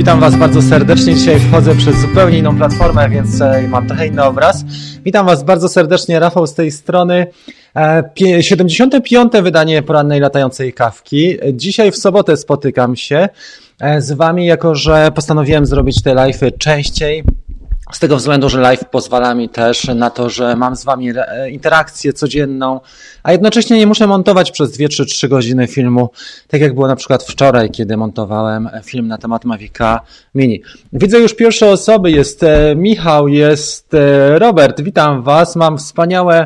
Witam Was bardzo serdecznie. Dzisiaj wchodzę przez zupełnie inną platformę, więc mam trochę inny obraz. Witam Was bardzo serdecznie, Rafał z tej strony. 75. wydanie porannej latającej kawki. Dzisiaj w sobotę spotykam się z Wami, jako że postanowiłem zrobić te live'y częściej. Z tego względu, że live pozwala mi też na to, że mam z Wami interakcję codzienną, a jednocześnie nie muszę montować przez 2 czy 3 godziny filmu, tak jak było na przykład wczoraj, kiedy montowałem film na temat Mavica Mini. Widzę już pierwsze osoby, jest Michał, jest Robert, witam Was, mam wspaniałe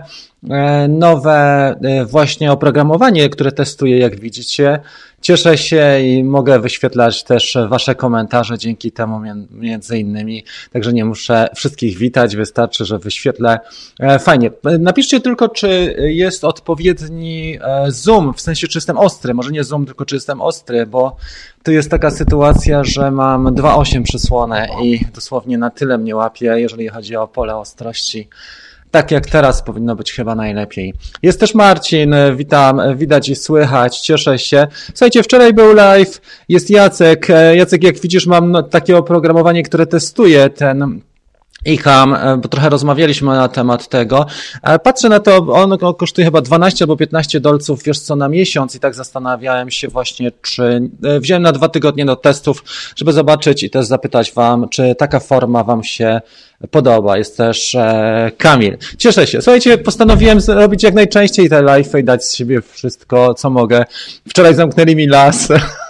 nowe właśnie oprogramowanie, które testuję, jak widzicie. Cieszę się i mogę wyświetlać też Wasze komentarze dzięki temu między innymi, także nie muszę wszystkich witać, wystarczy, że wyświetlę. Fajnie. Napiszcie tylko, czy jest odpowiedni zoom, w sensie czy jestem ostry, może nie zoom, tylko czy jestem ostry, bo tu jest taka sytuacja, że mam 2.8 przysłonę i dosłownie na tyle mnie łapie, jeżeli chodzi o pole ostrości. Tak jak teraz powinno być chyba najlepiej. Jest też Marcin, witam, widać i słychać, cieszę się. Słuchajcie, wczoraj był live, jest Jacek. Jacek, jak widzisz, mam takie oprogramowanie, które testuje ten ICAM, bo trochę rozmawialiśmy na temat tego. Patrzę na to, on kosztuje chyba 12 albo 15 dolców, wiesz co, na miesiąc i tak zastanawiałem się właśnie, czy wziąłem na 2 tygodnie do testów, żeby zobaczyć i też zapytać Wam, czy taka forma Wam się podoba. Jest też Kamil. Cieszę się. Słuchajcie, postanowiłem zrobić jak najczęściej te live'y i dać z siebie wszystko, co mogę. Wczoraj zamknęli mi las.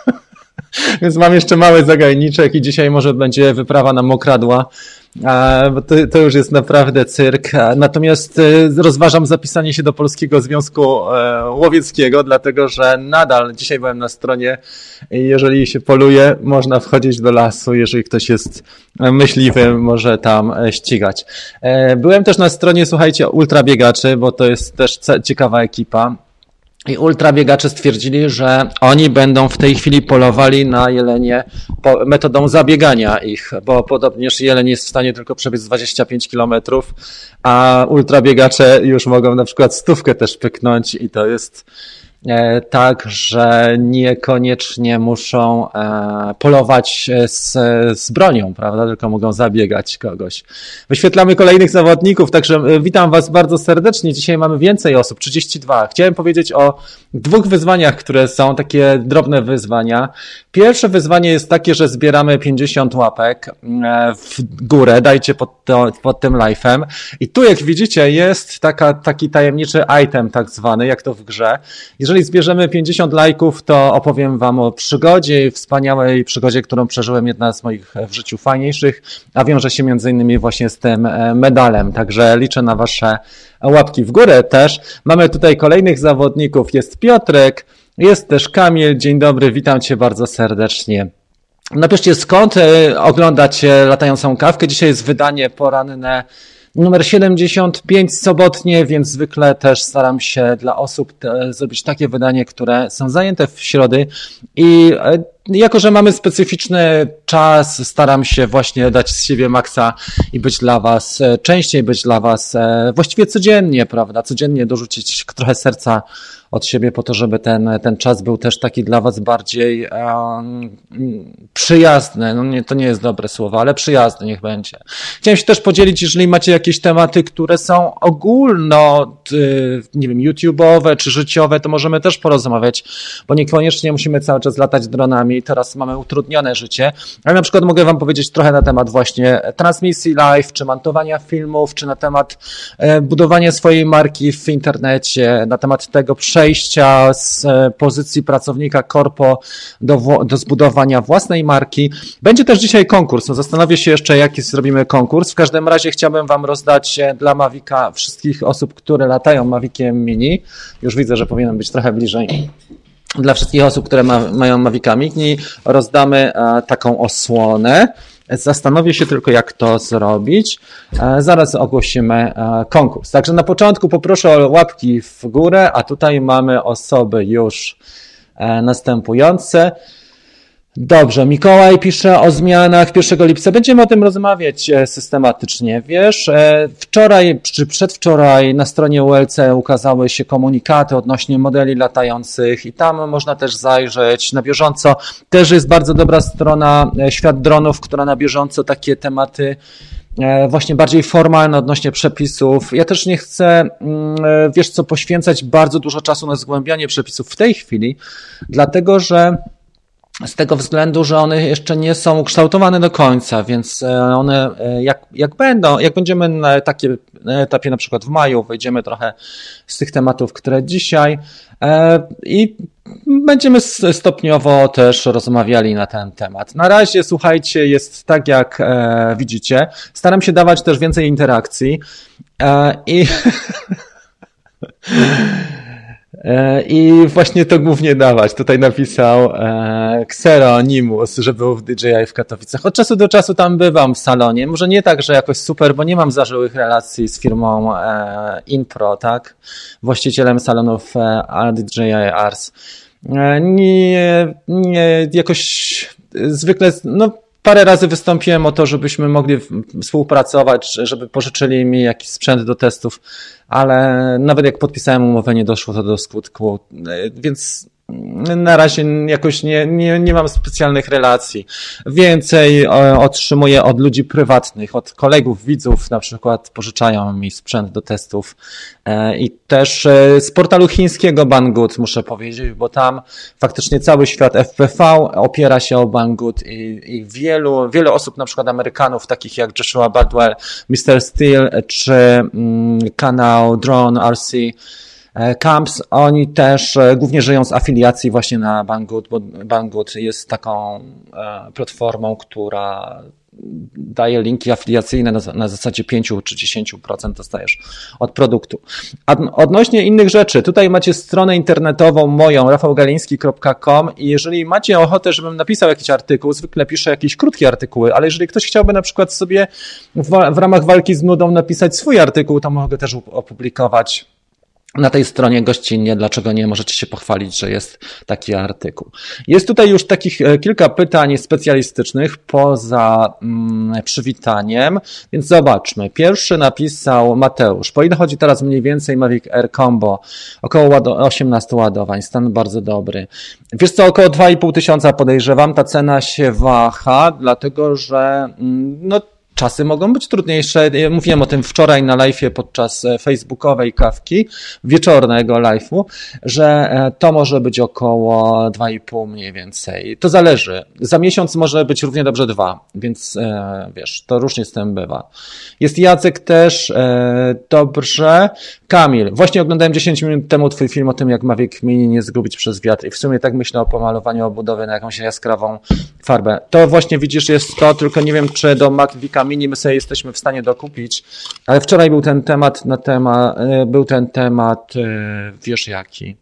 Więc mam jeszcze mały zagajniczek i dzisiaj może będzie wyprawa na mokradła, bo to już jest naprawdę cyrk. Natomiast rozważam zapisanie się do Polskiego Związku Łowieckiego, dlatego że nadal dzisiaj byłem na stronie i jeżeli się poluje, można wchodzić do lasu, jeżeli ktoś jest myśliwy, może tam ścigać. Byłem też na stronie, słuchajcie, ultrabiegaczy, bo to jest też ciekawa ekipa. I ultrabiegacze stwierdzili, że oni będą w tej chwili polowali na jelenie metodą zabiegania ich, bo podobnież jeleń jest w stanie tylko przebiec 25 kilometrów, a ultrabiegacze już mogą na przykład 100 też pyknąć i to jest tak, że niekoniecznie muszą polować z bronią, prawda, tylko mogą zabiegać kogoś. Wyświetlamy kolejnych zawodników, także witam Was bardzo serdecznie. Dzisiaj mamy więcej osób, 32. Chciałem powiedzieć o 2 wyzwaniach, które są takie drobne wyzwania. Pierwsze wyzwanie jest takie, że zbieramy 50 łapek w górę, dajcie pod tym live'em i tu jak widzicie jest taki tajemniczy item tak zwany, jak to w grze. Jeżeli zbierzemy 50 lajków, to opowiem Wam o przygodzie, wspaniałej przygodzie, którą przeżyłem, jedna z moich w życiu fajniejszych, a wiąże się między innymi właśnie z tym medalem, także liczę na Wasze łapki w górę też. Mamy tutaj kolejnych zawodników, jest Piotrek, jest też Kamil, dzień dobry, witam Cię bardzo serdecznie. Napiszcie skąd oglądacie latającą kawkę, dzisiaj jest wydanie poranne numer 75 sobotnie, więc zwykle też staram się dla osób zrobić takie wydanie, które są zajęte w środy i jako że mamy specyficzny czas, staram się właśnie dać z siebie maksa i być dla Was, częściej być dla Was właściwie codziennie, prawda, codziennie dorzucić trochę serca od siebie po to, żeby ten czas był też taki dla Was bardziej przyjazny. No nie, to nie jest dobre słowo, ale przyjazny niech będzie. Chciałem się też podzielić, jeżeli macie jakieś tematy, które są ogólno, nie wiem, YouTube'owe czy życiowe, to możemy też porozmawiać, bo niekoniecznie musimy cały czas latać dronami. Teraz mamy utrudnione życie, ale na przykład mogę Wam powiedzieć trochę na temat właśnie transmisji live, czy montowania filmów, czy na temat budowania swojej marki w internecie, na temat tego przejścia z pozycji pracownika korpo do zbudowania własnej marki. Będzie też dzisiaj konkurs. No zastanowię się jeszcze, jaki zrobimy konkurs. W każdym razie chciałbym Wam rozdać dla Mavica wszystkich osób, które latają Maviciem Mini. Już widzę, że powinienem być trochę bliżej. Dla wszystkich osób, które mają Mavica Mini, rozdamy taką osłonę. Zastanowię się tylko, jak to zrobić. Zaraz ogłosimy konkurs. Także na początku poproszę o łapki w górę, a tutaj mamy osoby już następujące. Dobrze, Mikołaj pisze o zmianach 1 lipca. Będziemy o tym rozmawiać systematycznie. Wiesz, wczoraj czy przedwczoraj na stronie ULC ukazały się komunikaty odnośnie modeli latających i tam można też zajrzeć na bieżąco. Też jest bardzo dobra strona Świat Dronów, która na bieżąco takie tematy właśnie bardziej formalne odnośnie przepisów. Ja też nie chcę, wiesz co, poświęcać bardzo dużo czasu na zgłębianie przepisów w tej chwili, dlatego że z tego względu, że one jeszcze nie są ukształtowane do końca, więc one jak będziemy na etapie na przykład w maju, wejdziemy trochę z tych tematów, które dzisiaj i będziemy stopniowo też rozmawiali na ten temat. Na razie, słuchajcie, jest tak jak widzicie, staram się dawać też więcej interakcji i właśnie to głównie dawać. Tutaj napisał Xeronimus, że był w DJI w Katowicach. Od czasu do czasu tam bywam w salonie. Może nie tak, że jakoś super, bo nie mam zażyłych relacji z firmą Inpro, tak? Właścicielem salonów DJI Ars. Nie, jakoś zwykle, parę razy wystąpiłem o to, żebyśmy mogli współpracować, żeby pożyczyli mi jakiś sprzęt do testów, ale nawet jak podpisałem umowę, nie doszło to do skutku, więc na razie jakoś nie mam specjalnych relacji. Więcej otrzymuję od ludzi prywatnych, od kolegów, widzów, na przykład pożyczają mi sprzęt do testów i też z portalu chińskiego Banggood muszę powiedzieć, bo tam faktycznie cały świat FPV opiera się o Banggood i wielu osób, na przykład Amerykanów, takich jak Joshua Bardwell, Mr. Steel czy kanał Drone RC Camps, oni też głównie żyją z afiliacji właśnie na Banggood, bo Banggood jest taką platformą, która daje linki afiliacyjne na zasadzie 5 czy 10% dostajesz od produktu. A odnośnie innych rzeczy, tutaj macie stronę internetową moją, rafałgaliński.com i jeżeli macie ochotę, żebym napisał jakiś artykuł, zwykle piszę jakieś krótkie artykuły, ale jeżeli ktoś chciałby na przykład sobie w ramach walki z nudą napisać swój artykuł, to mogę też opublikować na tej stronie gościnnie, dlaczego nie możecie się pochwalić, że jest taki artykuł. Jest tutaj już takich kilka pytań specjalistycznych poza przywitaniem, więc zobaczmy. Pierwszy napisał Mateusz. Po ile chodzi teraz mniej więcej Mavic Air Combo? Około 18 ładowań, stan bardzo dobry. Wiesz co, około 2,5 tysiąca podejrzewam, ta cena się waha, dlatego że czasy mogą być trudniejsze. Mówiłem o tym wczoraj na live'ie podczas facebookowej kawki, wieczornego live'u, że to może być około 2,5 mniej więcej. To zależy. Za miesiąc może być równie dobrze 2, więc wiesz, to różnie z tym bywa. Jest Jacek też, dobrze. Kamil, właśnie oglądałem 10 minut temu twój film o tym, jak Mavic Mini nie zgubić przez wiatr i w sumie tak myślę o pomalowaniu obudowy na jakąś jaskrawą farbę. To właśnie widzisz, jest to, tylko nie wiem, czy do Mavica Mini my sobie jesteśmy w stanie dokupić, ale wczoraj był ten temat, wiesz jaki.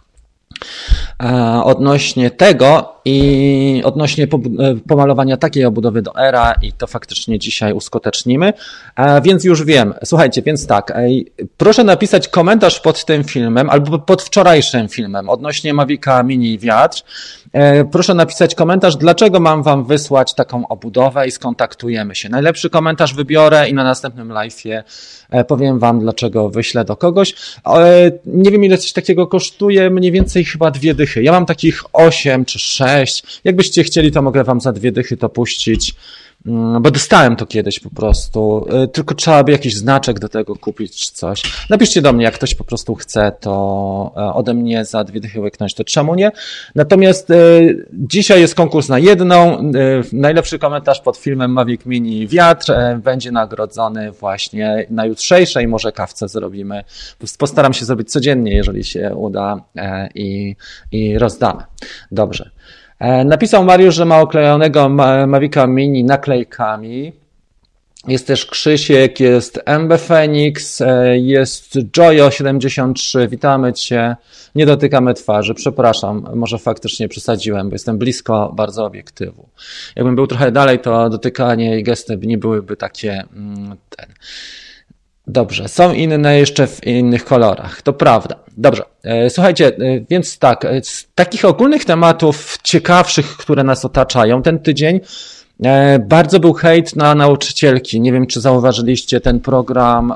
Odnośnie tego i odnośnie pomalowania takiej obudowy do Era i to faktycznie dzisiaj uskutecznimy, więc już wiem. Słuchajcie, więc tak, proszę napisać komentarz pod tym filmem albo pod wczorajszym filmem odnośnie Mavica Mini Wiatr. Proszę napisać komentarz, dlaczego mam wam wysłać taką obudowę i skontaktujemy się. Najlepszy komentarz wybiorę i na następnym live'ie powiem wam, dlaczego wyślę do kogoś. Nie wiem, ile coś takiego kosztuje, mniej więcej chyba 2 dychy. Ja mam takich 8 czy 6. Jakbyście chcieli, to mogę wam za 2 dychy to puścić, bo dostałem to kiedyś po prostu, tylko trzeba by jakiś znaczek do tego kupić czy coś. Napiszcie do mnie, jak ktoś po prostu chce to ode mnie za 2 dychy łyknąć, to czemu nie? Natomiast dzisiaj jest konkurs na jedną, najlepszy komentarz pod filmem Mavic Mini Wiatr będzie nagrodzony właśnie na jutrzejszej, może kawce zrobimy. Postaram się zrobić codziennie, jeżeli się uda i rozdamy. Dobrze. Napisał Mariusz, że ma oklejonego Mavica Mini naklejkami. Jest też Krzysiek, jest MB Phoenix, jest Jojo73, witamy Cię. Nie dotykamy twarzy, przepraszam, może faktycznie przesadziłem, bo jestem blisko bardzo obiektywu. Jakbym był trochę dalej, to dotykanie i gesty nie byłyby takie... Dobrze, są inne jeszcze w innych kolorach, to prawda. Dobrze, słuchajcie, więc tak, z takich ogólnych tematów ciekawszych, które nas otaczają ten tydzień, bardzo był hejt na nauczycielki. Nie wiem, czy zauważyliście ten program.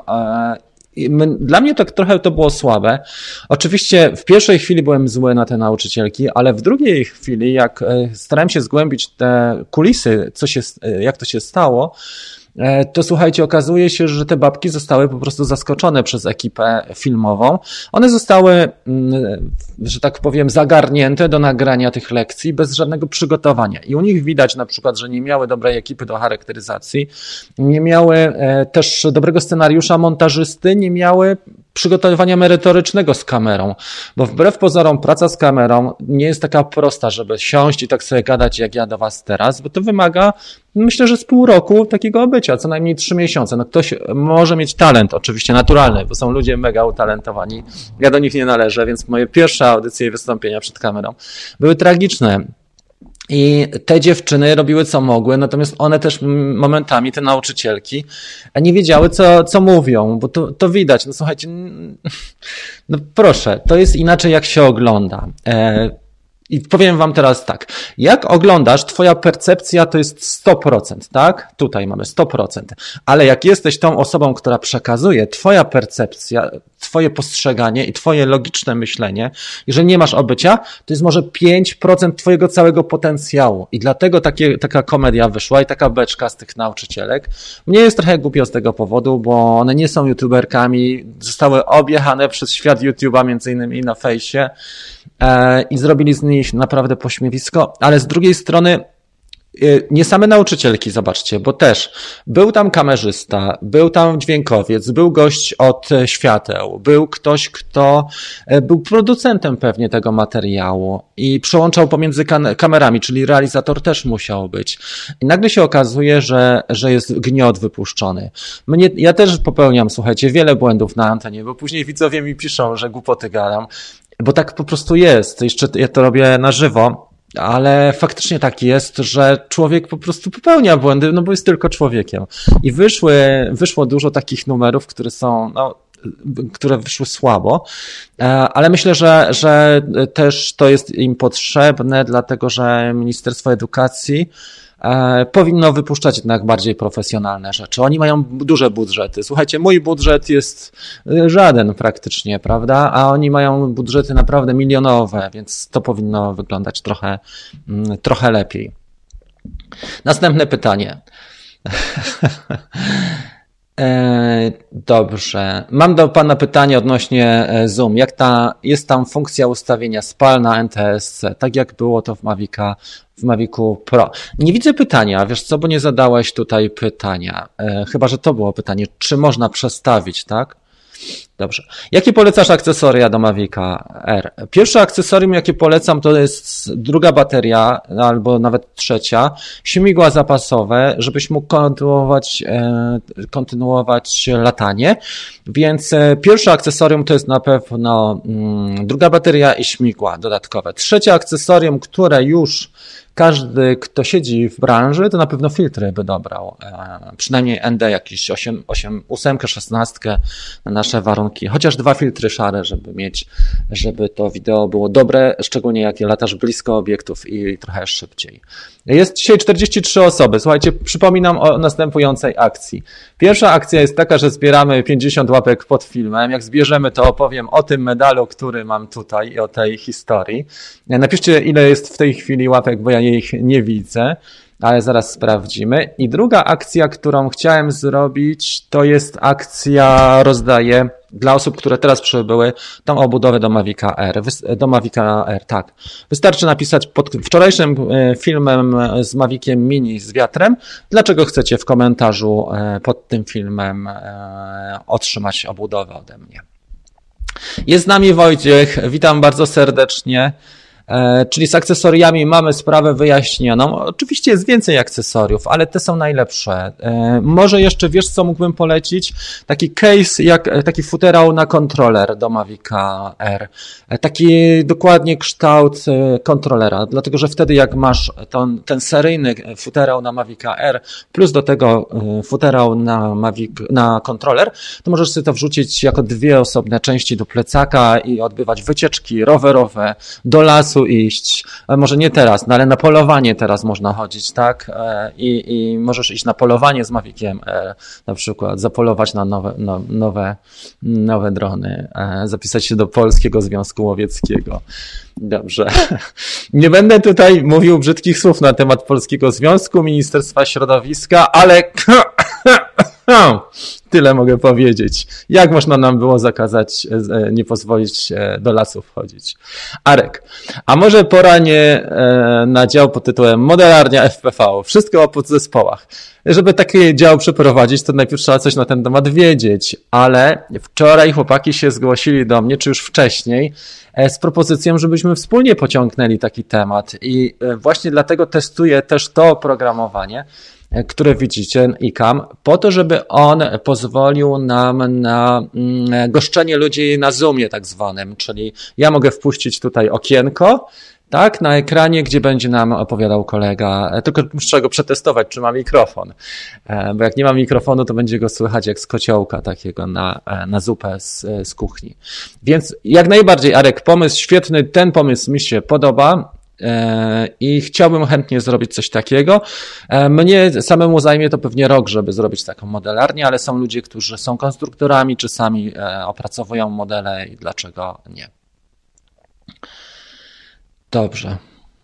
Dla mnie tak trochę to było słabe. Oczywiście w pierwszej chwili byłem zły na te nauczycielki, ale w drugiej chwili, jak starałem się zgłębić te kulisy, jak to się stało, to słuchajcie, okazuje się, że te babki zostały po prostu zaskoczone przez ekipę filmową. One zostały, że tak powiem, zagarnięte do nagrania tych lekcji bez żadnego przygotowania. I u nich widać na przykład, że nie miały dobrej ekipy do charakteryzacji, nie miały też dobrego scenariusza montażysty, nie miały przygotowania merytorycznego z kamerą, bo wbrew pozorom praca z kamerą nie jest taka prosta, żeby siąść i tak sobie gadać jak ja do was teraz, bo to wymaga, myślę, że z pół roku takiego bycia, co najmniej 3 miesiące. No ktoś może mieć talent, oczywiście naturalny, bo są ludzie mega utalentowani, ja do nich nie należę, więc moje pierwsze audycje i wystąpienia przed kamerą były tragiczne. I te dziewczyny robiły co mogły, natomiast one też momentami, te nauczycielki, nie wiedziały co mówią, bo to widać. No słuchajcie, no proszę, to jest inaczej jak się ogląda. I powiem wam teraz tak, jak oglądasz, twoja percepcja to jest 100%, tak? Tutaj mamy 100%, ale jak jesteś tą osobą, która przekazuje, twoja percepcja, twoje postrzeganie i twoje logiczne myślenie, jeżeli nie masz obycia, to jest może 5% twojego całego potencjału i dlatego taka komedia wyszła i taka beczka z tych nauczycielek. Mnie jest trochę głupio z tego powodu, bo one nie są youtuberkami, zostały objechane przez świat YouTube'a, między innymi na fejsie, i zrobili z nich naprawdę pośmiewisko, ale z drugiej strony nie same nauczycielki, zobaczcie, bo też był tam kamerzysta, był tam dźwiękowiec, był gość od świateł, był ktoś, kto był producentem pewnie tego materiału i przełączał pomiędzy kamerami, czyli realizator też musiał być. I nagle się okazuje, że jest gniot wypuszczony. Ja też popełniam, słuchajcie, wiele błędów na antenie, bo później widzowie mi piszą, że głupoty gadam, bo tak po prostu jest. Jeszcze ja to robię na żywo, ale faktycznie tak jest, że człowiek po prostu popełnia błędy, no bo jest tylko człowiekiem. I wyszło dużo takich numerów, które wyszły słabo, ale myślę, że też to jest im potrzebne, dlatego że Ministerstwo Edukacji powinno wypuszczać jednak bardziej profesjonalne rzeczy. Oni mają duże budżety. Słuchajcie, mój budżet jest żaden praktycznie, prawda? A oni mają budżety naprawdę milionowe, więc to powinno wyglądać trochę lepiej. Następne pytanie. Dobrze. Mam do pana pytanie odnośnie Zoom. Jest tam funkcja ustawienia spalna NTSC, tak jak było to w Mavicu Pro. Nie widzę pytania, wiesz co, bo nie zadałeś tutaj pytania. Chyba że to było pytanie, czy można przestawić, tak? Dobrze. Jakie polecasz akcesoria do Mavica R? Pierwsze akcesorium, jakie polecam, to jest druga bateria, albo nawet trzecia, śmigła zapasowe, żebyś mógł kontynuować latanie. Więc pierwsze akcesorium to jest na pewno druga bateria i śmigła dodatkowe. Trzecie akcesorium, które już każdy, kto siedzi w branży, to na pewno filtry by dobrał. Przynajmniej ND jakieś 8, 16 na nasze warunki. Chociaż 2 filtry szare, żeby to wideo było dobre, szczególnie jak latasz blisko obiektów i trochę szybciej. Jest dzisiaj 43 osoby. Słuchajcie, przypominam o następującej akcji. Pierwsza akcja jest taka, że zbieramy 50 łapek pod filmem. Jak zbierzemy, to opowiem o tym medalu, który mam tutaj i o tej historii. Napiszcie, ile jest w tej chwili łapek, bo ja ich nie widzę, ale zaraz sprawdzimy. I druga akcja, którą chciałem zrobić, to jest akcja rozdaję dla osób, które teraz przybyły, tą obudowę do Mavica R, tak. Wystarczy napisać pod wczorajszym filmem z Maviciem Mini z wiatrem, dlaczego chcecie w komentarzu pod tym filmem otrzymać obudowę ode mnie. Jest z nami Wojciech, witam bardzo serdecznie. Czyli z akcesoriami mamy sprawę wyjaśnioną. Oczywiście jest więcej akcesoriów, ale te są najlepsze. Może jeszcze, wiesz co mógłbym polecić? Taki case, taki futerał na kontroler do Mavica R. Taki dokładnie kształt kontrolera, dlatego że wtedy jak masz ten seryjny futerał na Mavica R plus do tego futerał na kontroler, to możesz sobie to wrzucić jako dwie osobne części do plecaka i odbywać wycieczki rowerowe, do lasu iść, może nie teraz, no ale na polowanie teraz można chodzić, tak? I możesz iść na polowanie z Maviciem R, na przykład zapolować na nowe drony, zapisać się do Polskiego Związku Łowieckiego. Dobrze. Nie będę tutaj mówił brzydkich słów na temat Polskiego Związku, Ministerstwa Środowiska, ale tyle mogę powiedzieć. Jak można nam było zakazać, nie pozwolić do lasu wchodzić? Arek, a może pora na dział pod tytułem Modelarnia FPV, wszystko o podzespołach. Żeby taki dział przeprowadzić, to najpierw trzeba coś na ten temat wiedzieć, ale wczoraj chłopaki się zgłosili do mnie, czy już wcześniej, z propozycją, żebyśmy wspólnie pociągnęli taki temat i właśnie dlatego testuję też to oprogramowanie, które widzicie, ICAM, po to, żeby on pozwolił nam na goszczenie ludzi na Zoomie tak zwanym, czyli ja mogę wpuścić tutaj okienko, tak, na ekranie, gdzie będzie nam opowiadał kolega, tylko muszę go przetestować, czy ma mikrofon, bo jak nie ma mikrofonu, to będzie go słychać jak z kociołka takiego na zupę z kuchni. Więc jak najbardziej, Arek, pomysł świetny, ten pomysł mi się podoba i chciałbym chętnie zrobić coś takiego. Mnie samemu zajmie to pewnie rok, żeby zrobić taką modelarnię, ale są ludzie, którzy są konstruktorami, czy sami opracowują modele i dlaczego nie. Dobrze.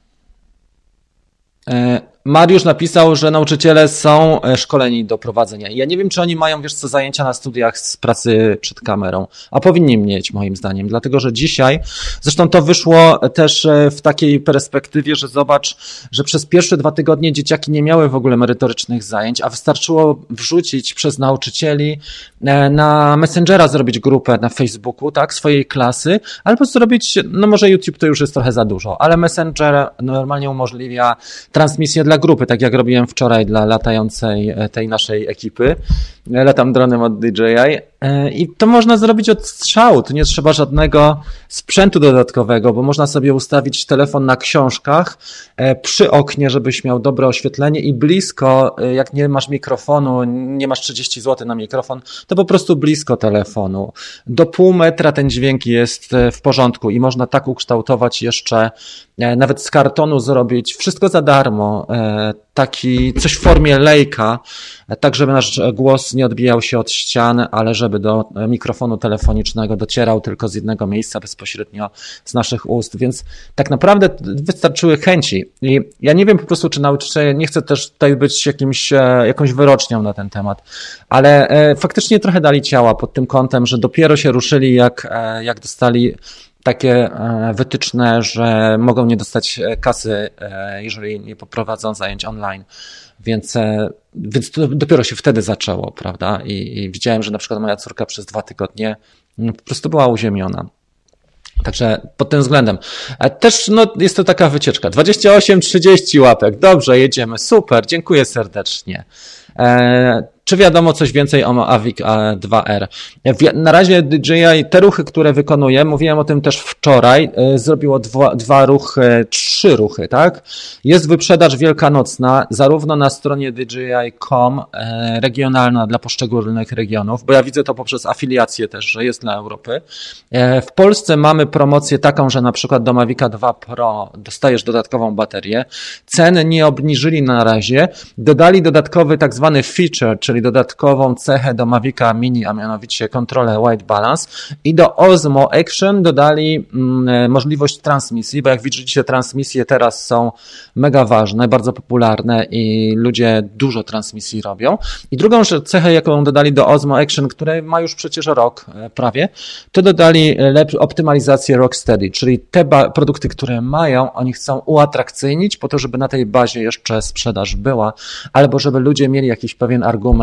Mariusz napisał, że nauczyciele są szkoleni do prowadzenia. Ja nie wiem, czy oni mają, wiesz co, zajęcia na studiach z pracy przed kamerą, a powinni mieć moim zdaniem, dlatego że dzisiaj, zresztą to wyszło też w takiej perspektywie, że zobacz, że przez pierwsze 2 tygodnie dzieciaki nie miały w ogóle merytorycznych zajęć, a wystarczyło wrzucić przez nauczycieli na Messengera, zrobić grupę na Facebooku, tak, swojej klasy, albo zrobić, no może YouTube to już jest trochę za dużo, ale Messenger normalnie umożliwia transmisję dla grupy, tak jak robiłem wczoraj dla latającej tej naszej ekipy. Latam dronem od DJI i to można zrobić od strzału, tu nie trzeba żadnego sprzętu dodatkowego, bo można sobie ustawić telefon na książkach przy oknie, żebyś miał dobre oświetlenie i blisko, jak nie masz mikrofonu, nie masz 30 zł na mikrofon, to po prostu blisko telefonu. Do pół metra ten dźwięk jest w porządku i można tak ukształtować jeszcze, nawet z kartonu zrobić, wszystko za darmo, taki coś w formie lejka, tak żeby nasz głos nie odbijał się od ścian, ale żeby do mikrofonu telefonicznego docierał tylko z jednego miejsca bezpośrednio z naszych ust, więc tak naprawdę wystarczyły chęci i ja nie wiem po prostu, czy nauczyciele, nie chcę też tutaj być jakąś wyrocznią na ten temat, ale faktycznie trochę dali ciała pod tym kątem, że dopiero się ruszyli jak dostali takie wytyczne, że mogą nie dostać kasy, jeżeli nie poprowadzą zajęć online. Więc to dopiero się wtedy zaczęło, prawda? I widziałem, że na przykład moja córka przez 2 tygodnie po prostu była uziemiona. Także pod tym względem. Też jest to taka wycieczka. 28-30 łapek. Dobrze, jedziemy. Super, dziękuję serdecznie. Czy wiadomo coś więcej o Mavic 2R? Na razie DJI, te ruchy, które wykonuje, mówiłem o tym też wczoraj, zrobiło 3 ruchy, tak? Jest wyprzedaż wielkanocna, zarówno na stronie DJI.com, regionalna dla poszczególnych regionów, bo ja widzę to poprzez afiliację też, że jest dla Europy. W Polsce mamy promocję taką, że na przykład do Mavica 2 Pro dostajesz dodatkową baterię. Ceny nie obniżyli na razie, dodali dodatkowy tak zwany feature, czyli dodatkową cechę do Mavica Mini, a mianowicie kontrolę White Balance i do Osmo Action dodali możliwość transmisji, bo jak widzicie transmisje teraz są mega ważne, bardzo popularne i ludzie dużo transmisji robią. I drugą cechę, jaką dodali do Osmo Action, które ma już przecież rok prawie, to dodali optymalizację Rocksteady, czyli te produkty, które mają, oni chcą uatrakcyjnić po to, żeby na tej bazie jeszcze sprzedaż była, albo żeby ludzie mieli jakiś pewien argument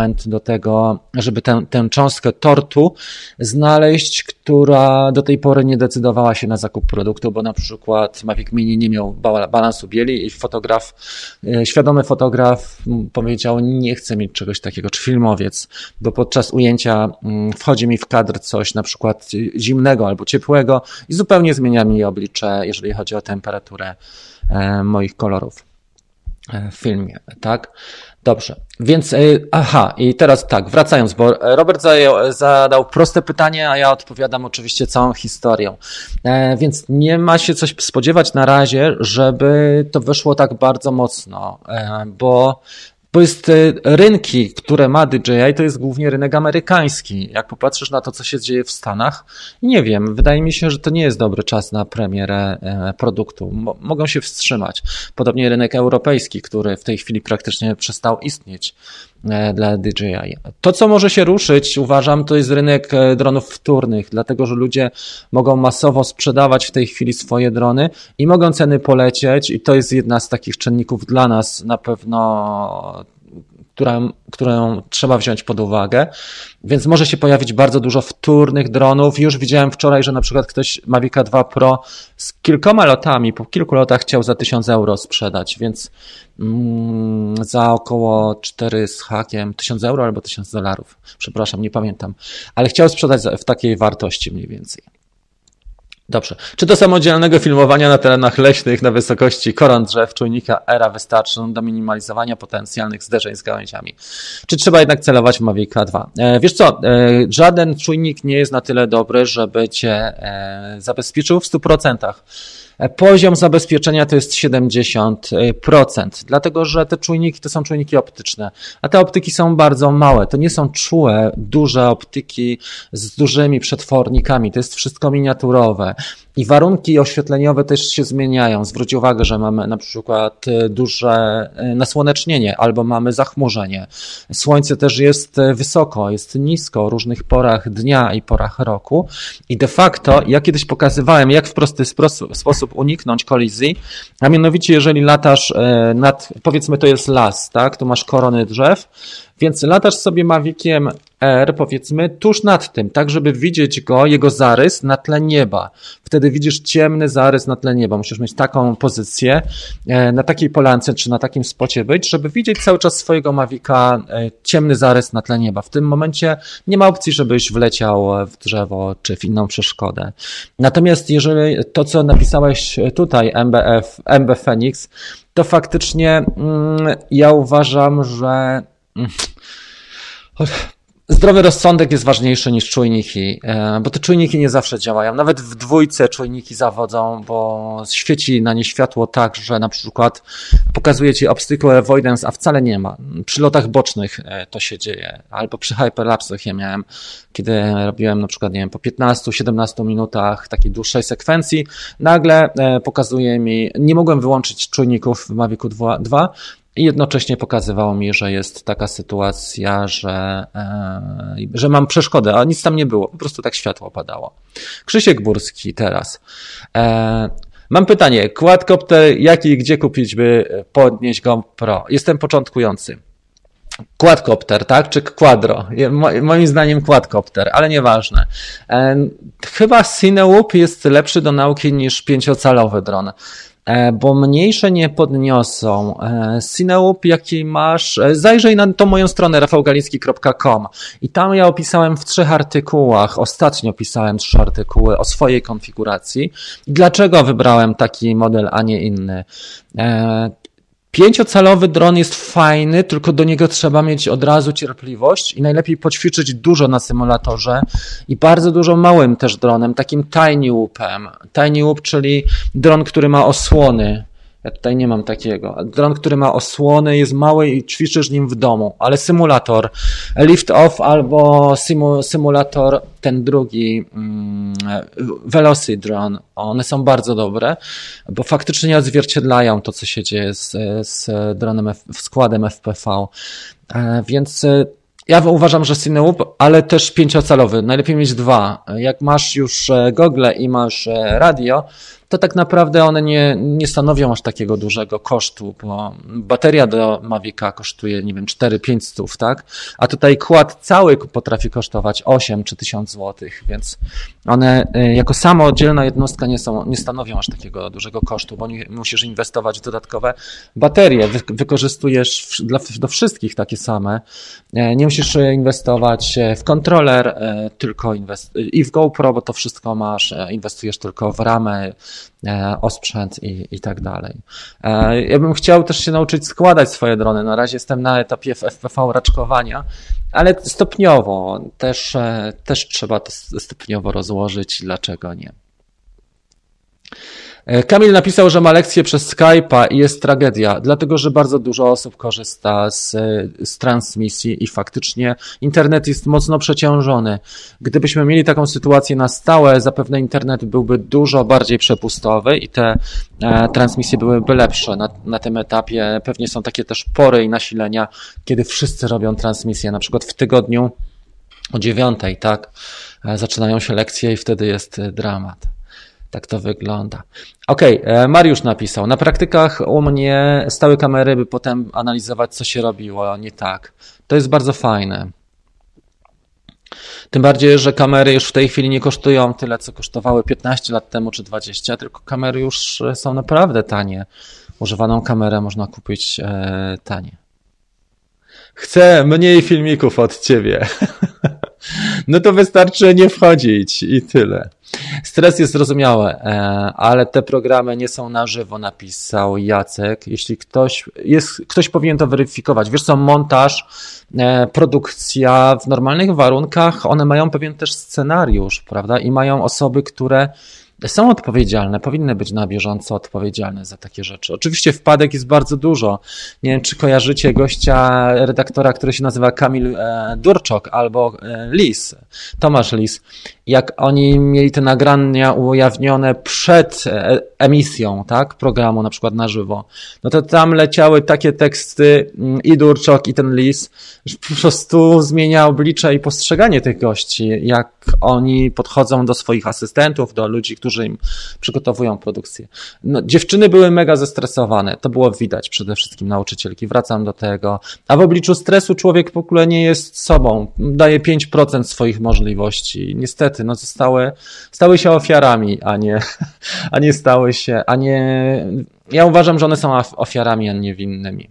element do tego, żeby tę cząstkę tortu znaleźć, która do tej pory nie decydowała się na zakup produktu, bo na przykład Mavic Mini nie miał balansu bieli i świadomy fotograf powiedział, nie chcę mieć czegoś takiego, czy filmowiec, bo podczas ujęcia wchodzi mi w kadr coś na przykład zimnego albo ciepłego i zupełnie zmienia mi oblicze, jeżeli chodzi o temperaturę moich kolorów w filmie, tak? Dobrze, więc i teraz tak, wracając, bo Robert zadał proste pytanie, a ja odpowiadam oczywiście całą historią. Więc nie ma się coś spodziewać na razie, żeby to wyszło tak bardzo mocno, bo jest rynki, które ma DJI, to jest głównie rynek amerykański. Jak popatrzysz na to, co się dzieje w Stanach, nie wiem, wydaje mi się, że to nie jest dobry czas na premierę produktu. Mogą się wstrzymać. Podobnie rynek europejski, który w tej chwili praktycznie przestał istnieć dla DJI. To, co może się ruszyć, uważam, to jest rynek dronów wtórnych, dlatego, że ludzie mogą masowo sprzedawać w tej chwili swoje drony i mogą ceny polecieć i to jest jedna z takich czynników dla nas na pewno, którą trzeba wziąć pod uwagę, więc może się pojawić bardzo dużo wtórnych dronów. Już widziałem wczoraj, że na przykład ktoś Mavica 2 Pro z kilkoma lotami, po kilku lotach chciał za 1000 euro sprzedać, więc za około 4 z hakiem, 1000 euro albo $1000, przepraszam, nie pamiętam, ale chciał sprzedać w takiej wartości mniej więcej. Dobrze. Czy do samodzielnego filmowania na terenach leśnych na wysokości koron drzew czujnika ERA wystarczą do minimalizowania potencjalnych zderzeń z gałęziami? Czy trzeba jednak celować w Mavica 2? Wiesz co, żaden czujnik nie jest na tyle dobry, żeby cię zabezpieczył w 100%. Poziom zabezpieczenia to jest 70%, dlatego że te czujniki to są czujniki optyczne, a te optyki są bardzo małe. To nie są czułe, duże optyki z dużymi przetwornikami, to jest wszystko miniaturowe. I warunki oświetleniowe też się zmieniają. Zwróć uwagę, że mamy na przykład duże nasłonecznienie albo mamy zachmurzenie. Słońce też jest wysoko, jest nisko o różnych porach dnia i porach roku. I de facto ja kiedyś pokazywałem, jak w prosty sposób uniknąć kolizji, a mianowicie jeżeli latasz nad, powiedzmy to jest las, tak, tu masz korony drzew, więc latasz sobie Maviciem R, powiedzmy, tuż nad tym, tak żeby widzieć go, jego zarys na tle nieba. Wtedy widzisz ciemny zarys na tle nieba. Musisz mieć taką pozycję, na takiej polance czy na takim spocie być, żeby widzieć cały czas swojego Mavica ciemny zarys na tle nieba. W tym momencie nie ma opcji, żebyś wleciał w drzewo czy w inną przeszkodę. Natomiast jeżeli to, co napisałeś tutaj, MB Phoenix, to faktycznie ja uważam, że zdrowy rozsądek jest ważniejszy niż czujniki, bo te czujniki nie zawsze działają. Nawet w dwójce czujniki zawodzą, bo świeci na nie światło tak, że na przykład pokazuje ci obstacle avoidance, a wcale nie ma. Przy lotach bocznych to się dzieje, albo przy hyperlapsach ja miałem, kiedy robiłem na przykład, nie wiem, po 15-17 minutach takiej dłuższej sekwencji, nagle pokazuje mi, nie mogłem wyłączyć czujników w Mavicu 2, i jednocześnie pokazywało mi, że jest taka sytuacja, że mam przeszkodę, a nic tam nie było, po prostu tak światło padało. Krzysiek Górski teraz. Mam pytanie, quadcopter jaki i gdzie kupić, by podnieść GoPro? Jestem początkujący. Quadcopter, tak? Czy quadro? Moim zdaniem quadcopter, ale nieważne. Chyba Cinewoop jest lepszy do nauki niż 5-calowy dron, bo mniejsze nie podniosą. Cinewoop, jaki masz, zajrzyj na tą moją stronę rafałgaliński.com i tam ja opisałem w 3 artykułach, ostatnio pisałem 3 artykuły o swojej konfiguracji. Dlaczego wybrałem taki model, a nie inny? 5-calowy dron jest fajny, tylko do niego trzeba mieć od razu cierpliwość i najlepiej poćwiczyć dużo na symulatorze i bardzo dużo małym też dronem, takim Tiny Whoopem. Tiny Whoop, czyli dron, który ma osłony. Ja tutaj nie mam takiego. Dron, który ma osłony, jest mały i ćwiczysz nim w domu, ale symulator Lift Off albo symulator ten drugi Velocity Drone, one są bardzo dobre, bo faktycznie odzwierciedlają to, co się dzieje z dronem, składem FPV. Więc ja uważam, że Cinewoop, ale też 5-calowy. Najlepiej mieć 2. Jak masz już gogle i masz radio, to tak naprawdę one nie stanowią aż takiego dużego kosztu, bo bateria do Mavica kosztuje, nie wiem, 4-5 stów, tak? A tutaj kład cały potrafi kosztować 8 czy 1000 złotych, więc one jako samodzielna jednostka nie stanowią aż takiego dużego kosztu, bo nie musisz inwestować w dodatkowe baterie, wykorzystujesz do wszystkich takie same, nie musisz inwestować w kontroler, tylko i w GoPro, bo to wszystko masz, inwestujesz tylko w ramę, osprzęt i tak dalej. Ja bym chciał też się nauczyć składać swoje drony. Na razie jestem na etapie FPV raczkowania, ale stopniowo też trzeba to stopniowo rozłożyć. Dlaczego nie? Kamil napisał, że ma lekcję przez Skype'a i jest tragedia, dlatego że bardzo dużo osób korzysta z transmisji i faktycznie internet jest mocno przeciążony. Gdybyśmy mieli taką sytuację na stałe, zapewne internet byłby dużo bardziej przepustowy i te transmisje byłyby lepsze. Na tym etapie pewnie są takie też pory i nasilenia, kiedy wszyscy robią transmisję, na przykład w tygodniu o 9:00, tak? Zaczynają się lekcje i wtedy jest dramat. Tak to wygląda. Okej, Mariusz napisał, na praktykach u mnie stały kamery, by potem analizować, co się robiło nie tak. To jest bardzo fajne. Tym bardziej, że kamery już w tej chwili nie kosztują tyle, co kosztowały 15 lat temu czy 20, tylko kamery już są naprawdę tanie. Używaną kamerę można kupić tanie. Chcę mniej filmików od ciebie. No to wystarczy nie wchodzić i tyle. Stres jest zrozumiały, ale te programy nie są na żywo, napisał Jacek. Jeśli ktoś powinien to weryfikować. Wiesz co, montaż, produkcja w normalnych warunkach, one mają pewien też scenariusz, prawda? I mają osoby, które są odpowiedzialne, powinny być na bieżąco odpowiedzialne za takie rzeczy. Oczywiście wpadek jest bardzo dużo. Nie wiem, czy kojarzycie gościa, redaktora, który się nazywa Kamil Durczok albo Lis, Tomasz Lis. Jak oni mieli te nagrania ujawnione przed emisją, tak, programu na przykład na żywo, no to tam leciały takie teksty i Durczok i ten Lis, że po prostu zmienia oblicze i postrzeganie tych gości, jak oni podchodzą do swoich asystentów, do ludzi, którzy im przygotowują produkcję. No, dziewczyny były mega zestresowane, to było widać, przede wszystkim nauczycielki, wracam do tego, a w obliczu stresu człowiek w ogóle nie jest sobą, daje 5% swoich możliwości, niestety, no stały się ofiarami, a nie stały się, ja uważam, że one są ofiarami, a nie winnymi.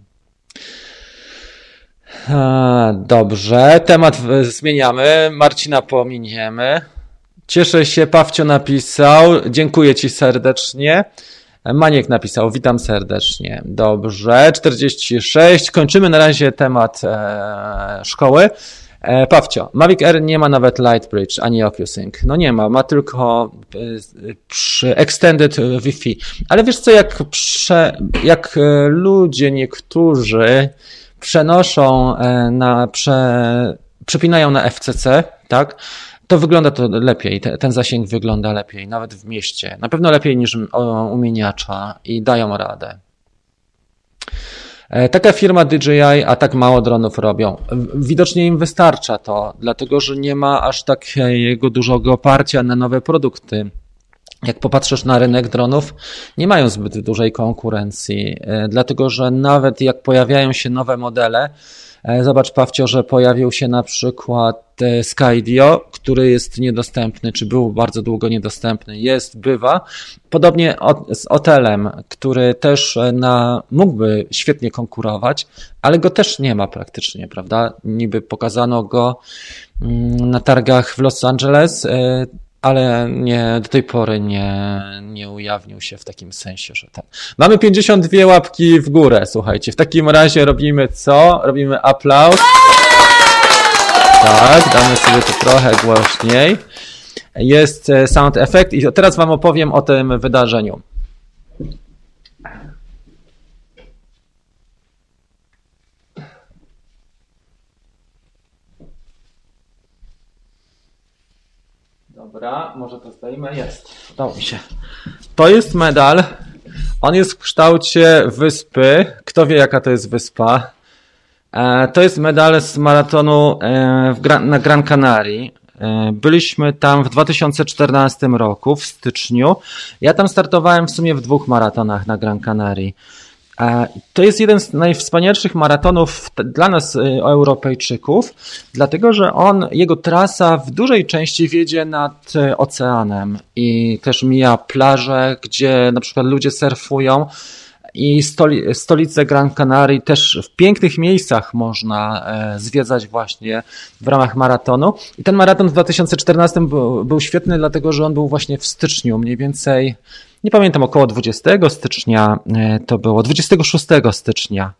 Dobrze, temat zmieniamy, Marcina pominiemy. Cieszę się, Pawcio napisał, dziękuję ci serdecznie. Maniek napisał, witam serdecznie. Dobrze, 46, kończymy na razie temat szkoły. Pawcio, Mavic Air nie ma nawet Lightbridge ani OcuSync. No nie ma tylko przy Extended Wi-Fi. Ale wiesz co, jak ludzie niektórzy przenoszą przepinają na FCC, tak? To wygląda to lepiej, ten zasięg wygląda lepiej, nawet w mieście. Na pewno lepiej niż u miniacza i dają radę. Taka firma DJI, a tak mało dronów robią. Widocznie im wystarcza to, dlatego że nie ma aż takiego dużego oparcia na nowe produkty. Jak popatrzysz na rynek dronów, nie mają zbyt dużej konkurencji, dlatego że nawet jak pojawiają się nowe modele, zobacz Pawcio, że pojawił się na przykład Skydio, który jest niedostępny, czy był bardzo długo niedostępny, bywa. Podobnie z Otelem, który też mógłby świetnie konkurować, ale go też nie ma praktycznie, prawda? Niby pokazano go na targach w Los Angeles, ale do tej pory nie ujawnił się w takim sensie, że tak. Mamy 52 łapki w górę, słuchajcie. W takim razie robimy co? Robimy aplauz. Tak, damy sobie to trochę głośniej. Jest sound effect i teraz wam opowiem o tym wydarzeniu. Dobra, może to zdejmę. Jest. Udało mi się. To jest medal. On jest w kształcie wyspy. Kto wie, jaka to jest wyspa? To jest medal z maratonu na Gran Canaria. Byliśmy tam w 2014 roku, w styczniu. Ja tam startowałem w sumie w 2 maratonach na Gran Canaria. To jest jeden z najwspanialszych maratonów dla nas, Europejczyków, dlatego że jego trasa w dużej części wiedzie nad oceanem i też mija plaże, gdzie na przykład ludzie surfują. I stolicę Gran Canaria też w pięknych miejscach można zwiedzać właśnie w ramach maratonu. I ten maraton w 2014 był świetny, dlatego że on był właśnie w styczniu, mniej więcej, nie pamiętam, około 20 stycznia to było, 26 stycznia.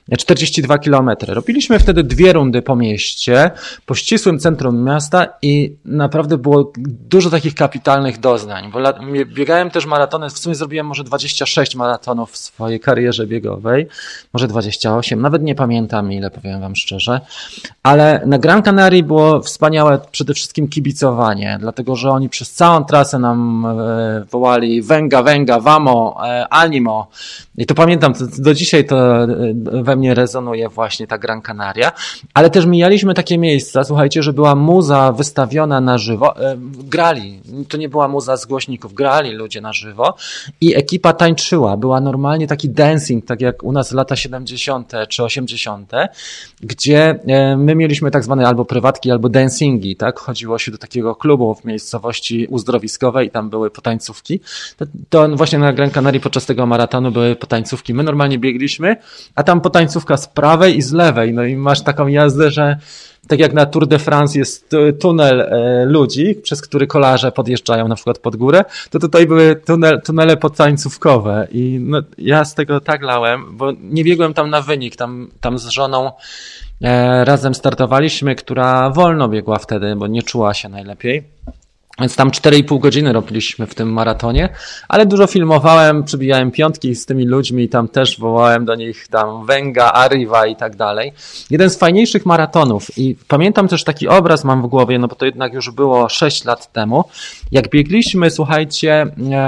42 km. Robiliśmy wtedy 2 rundy po mieście, po ścisłym centrum miasta i naprawdę było dużo takich kapitalnych doznań, bo biegałem też maratony, w sumie zrobiłem może 26 maratonów w swojej karierze biegowej, może 28, nawet nie pamiętam ile, powiem wam szczerze, ale na Gran Canaria było wspaniałe przede wszystkim kibicowanie, dlatego że oni przez całą trasę nam wołali venga, venga, vamo, animo i to pamiętam, do dzisiaj to we mnie rezonuje właśnie ta Gran Canaria, ale też mijaliśmy takie miejsca, słuchajcie, że była muza wystawiona na żywo, grali, to nie była muza z głośników, grali ludzie na żywo i ekipa tańczyła, była normalnie taki dancing, tak jak u nas lata 70. czy 80., gdzie my mieliśmy tak zwane albo prywatki, albo dancingi, tak, chodziło się do takiego klubu w miejscowości uzdrowiskowej i tam były potańcówki, to właśnie na Gran Canaria podczas tego maratonu były potańcówki, my normalnie biegliśmy, a tam potańcówka z prawej i z lewej, no i masz taką jazdę, że tak jak na Tour de France jest tunel ludzi, przez który kolarze podjeżdżają na przykład pod górę, to tutaj były tunele potańcówkowe i no, ja z tego tak lałem, bo nie biegłem tam na wynik, tam z żoną razem startowaliśmy, która wolno biegła wtedy, bo nie czuła się najlepiej. Więc tam 4,5 godziny robiliśmy w tym maratonie, ale dużo filmowałem, przybijałem piątki z tymi ludźmi i tam też wołałem do nich tam Venga, Arriva i tak dalej. Jeden z fajniejszych maratonów i pamiętam też taki obraz mam w głowie, no bo to jednak już było 6 lat temu, jak biegliśmy, słuchajcie,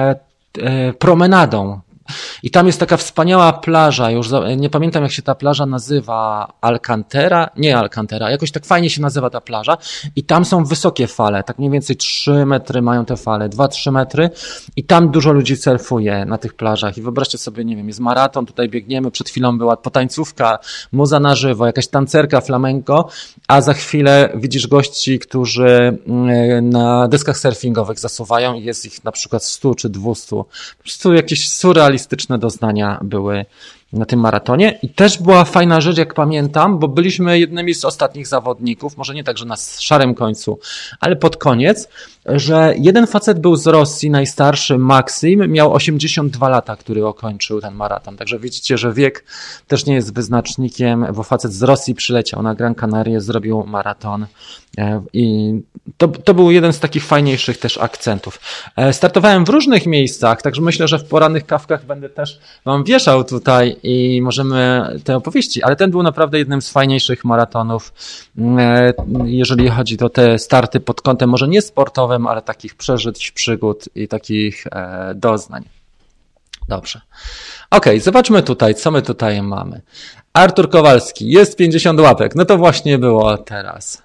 promenadą. I tam jest taka wspaniała plaża, już nie pamiętam jak się ta plaża nazywa, Alcantera, jakoś tak fajnie się nazywa ta plaża i tam są wysokie fale, tak mniej więcej 3 metry mają te fale, 2-3 metry i tam dużo ludzi surfuje na tych plażach i wyobraźcie sobie, nie wiem, jest maraton, tutaj biegniemy, przed chwilą była potańcówka, muza na żywo, jakaś tancerka flamenco, a za chwilę widzisz gości, którzy na deskach surfingowych zasuwają i jest ich na przykład 100 czy 200, po prostu jakieś surrealistyczne doznania były na tym maratonie i też była fajna rzecz, jak pamiętam, bo byliśmy jednymi z ostatnich zawodników, może nie tak, że na szarym końcu, ale pod koniec, że jeden facet był z Rosji, najstarszy, Maksim, miał 82 lata, który ukończył ten maraton, także widzicie, że wiek też nie jest wyznacznikiem, bo facet z Rosji przyleciał na Gran Canaria, zrobił maraton i to był jeden z takich fajniejszych też akcentów. Startowałem w różnych miejscach, także myślę, że w porannych kawkach będę też wam wieszał tutaj i możemy te opowieści, ale ten był naprawdę jednym z fajniejszych maratonów, jeżeli chodzi o te starty pod kątem może nie sportowym, ale takich przeżyć, przygód i takich doznań. Dobrze. Okej, zobaczmy tutaj, co my tutaj mamy. Artur Kowalski, jest 50 łapek, no to właśnie było teraz.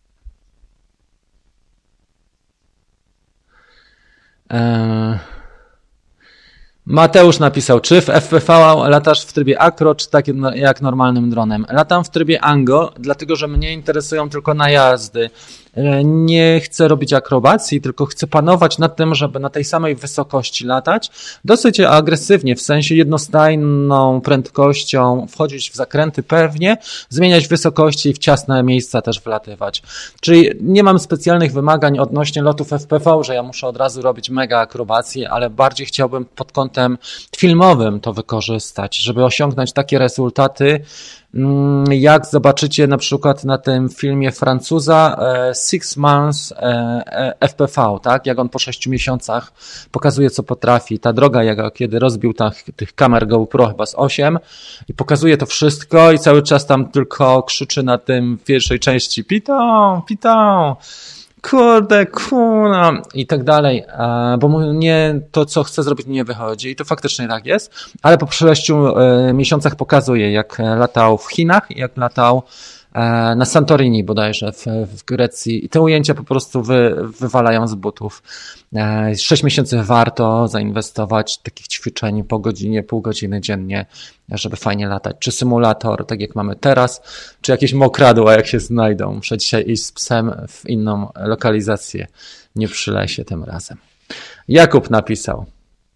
Mateusz napisał, czy w FPV latasz w trybie acro, czy tak jak normalnym dronem? Latam w trybie Ango, dlatego że mnie interesują tylko najazdy. Nie chcę robić akrobacji, tylko chcę panować nad tym, żeby na tej samej wysokości latać, dosyć agresywnie, w sensie jednostajną prędkością, wchodzić w zakręty pewnie, zmieniać wysokości i w ciasne miejsca też wlatywać. Czyli nie mam specjalnych wymagań odnośnie lotów FPV, że ja muszę od razu robić mega akrobacje, ale bardziej chciałbym pod kątem filmowym to wykorzystać, żeby osiągnąć takie rezultaty, jak zobaczycie na przykład na tym filmie Francuza 6 Months FPV, tak? Jak on po 6 miesiącach pokazuje, co potrafi. Ta droga, kiedy rozbił tych kamer GoPro chyba z 8 i pokazuje to wszystko i cały czas tam tylko krzyczy na tym w pierwszej części Piton, kurde, kurna i tak dalej, bo mu to, co chce zrobić, nie wychodzi i to faktycznie tak jest, ale po 6 miesiącach pokazuje, jak latał w Chinach, jak latał na Santorini bodajże w Grecji i te ujęcia po prostu wywalają z butów. 6 miesięcy warto zainwestować w takich ćwiczeń po godzinie, pół godziny dziennie, żeby fajnie latać. Czy symulator, tak jak mamy teraz, czy jakieś mokradła, jak się znajdą. Muszę dzisiaj iść z psem w inną lokalizację, nie przy lesie tym razem. Jakub napisał.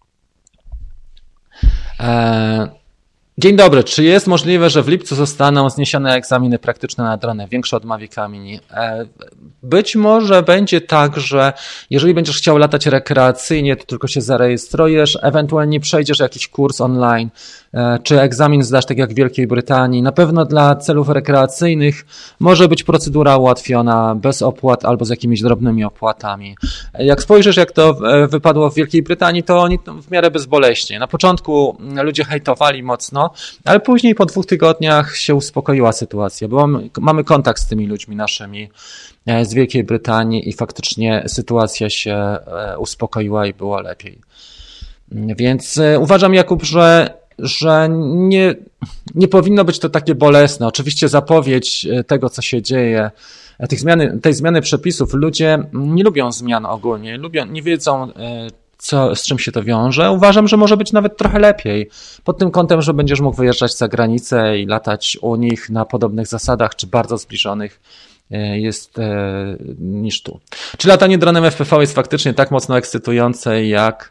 Dzień dobry. Czy jest możliwe, że w lipcu zostaną zniesione egzaminy praktyczne na dronę, większe od Mavica Mini? Być może będzie tak, że jeżeli będziesz chciał latać rekreacyjnie, to tylko się zarejestrujesz, ewentualnie przejdziesz jakiś kurs online, czy egzamin zdasz tak jak w Wielkiej Brytanii. Na pewno dla celów rekreacyjnych może być procedura ułatwiona bez opłat albo z jakimiś drobnymi opłatami. Jak spojrzysz, jak to wypadło w Wielkiej Brytanii, to oni w miarę bezboleśnie. Na początku ludzie hejtowali mocno, ale później po 2 tygodniach się uspokoiła sytuacja, bo mamy kontakt z tymi ludźmi naszymi z Wielkiej Brytanii i faktycznie sytuacja się uspokoiła i było lepiej. Więc uważam, Jakub, że nie powinno być to takie bolesne. Oczywiście zapowiedź tego, co się dzieje, tej zmiany przepisów, ludzie nie lubią zmian ogólnie, nie wiedzą, z czym się to wiąże. Uważam, że może być nawet trochę lepiej. Pod tym kątem, że będziesz mógł wyjeżdżać za granicę i latać u nich na podobnych zasadach, czy bardzo zbliżonych jest niż tu. Czy latanie dronem FPV jest faktycznie tak mocno ekscytujące, jak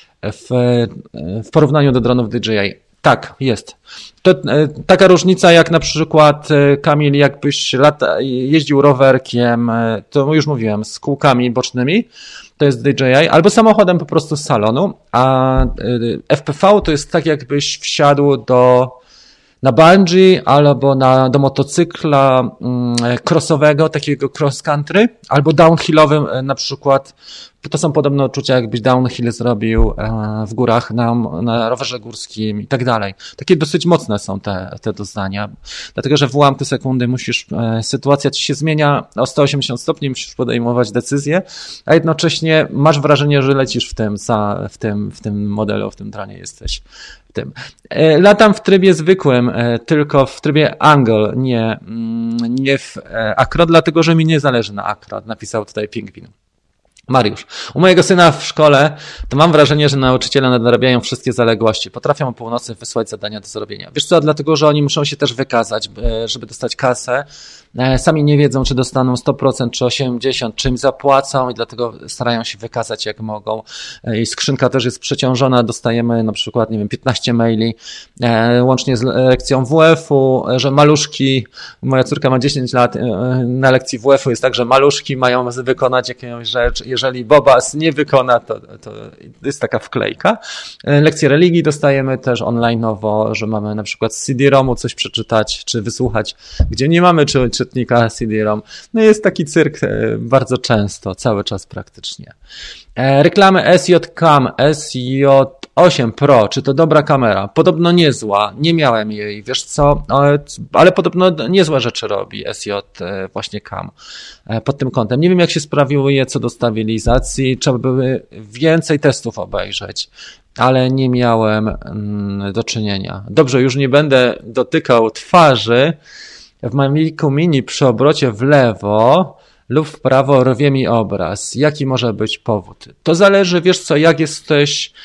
w porównaniu do dronów DJI? Tak, jest. To taka różnica jak na przykład, Kamil, jakbyś jeździł rowerkiem, to już mówiłem, z kółkami bocznymi, to jest DJI, albo samochodem po prostu z salonu, a FPV to jest tak jakbyś wsiadł na bungee albo do motocykla crossowego, takiego cross country, albo downhillowym na przykład. To są podobne uczucia, jakbyś downhill zrobił w górach na rowerze górskim i tak dalej. Takie dosyć mocne są te doznania, dlatego że w ułamku sekundy sytuacja ci się zmienia o 180 stopni, musisz podejmować decyzję, a jednocześnie masz wrażenie, że lecisz w tym modelu, w tym dronie jesteś. Latam w trybie zwykłym, tylko w trybie angle, nie w acro, dlatego że mi nie zależy na acro, napisał tutaj Pingwin. Mariusz. U mojego syna w szkole to mam wrażenie, że nauczyciele nadrabiają wszystkie zaległości. Potrafią o północy wysłać zadania do zrobienia. Wiesz co, dlatego, że oni muszą się też wykazać, żeby dostać kasę. Sami nie wiedzą, czy dostaną 100% czy 80%, czy im zapłacą i dlatego starają się wykazać jak mogą. I skrzynka też jest przeciążona, dostajemy na przykład, 15 maili, łącznie z lekcją WF-u, że maluszki, moja córka ma 10 lat, na lekcji WF-u jest tak, że maluszki mają wykonać jakąś rzecz. Jeżeli Bobas nie wykona, to jest taka wklejka. Lekcje religii dostajemy też online'owo, że mamy na przykład z CD-ROMu coś przeczytać, czy wysłuchać, gdzie nie mamy czytnika CD-ROM. No jest taki cyrk bardzo często, cały czas praktycznie. Reklamy SJ Cam, SJ8 Pro, czy to dobra kamera? Podobno niezła, nie miałem jej, wiesz co, ale podobno niezłe rzeczy robi SJ właśnie Cam pod tym kątem. Nie wiem jak się sprawuje co do stabilizacji, trzeba by więcej testów obejrzeć, ale nie miałem do czynienia. Dobrze, już nie będę dotykał twarzy. W Mavicu Mini przy obrocie w lewo lub w prawo rwie mi obraz. Jaki może być powód? To zależy, wiesz co, jak jesteś...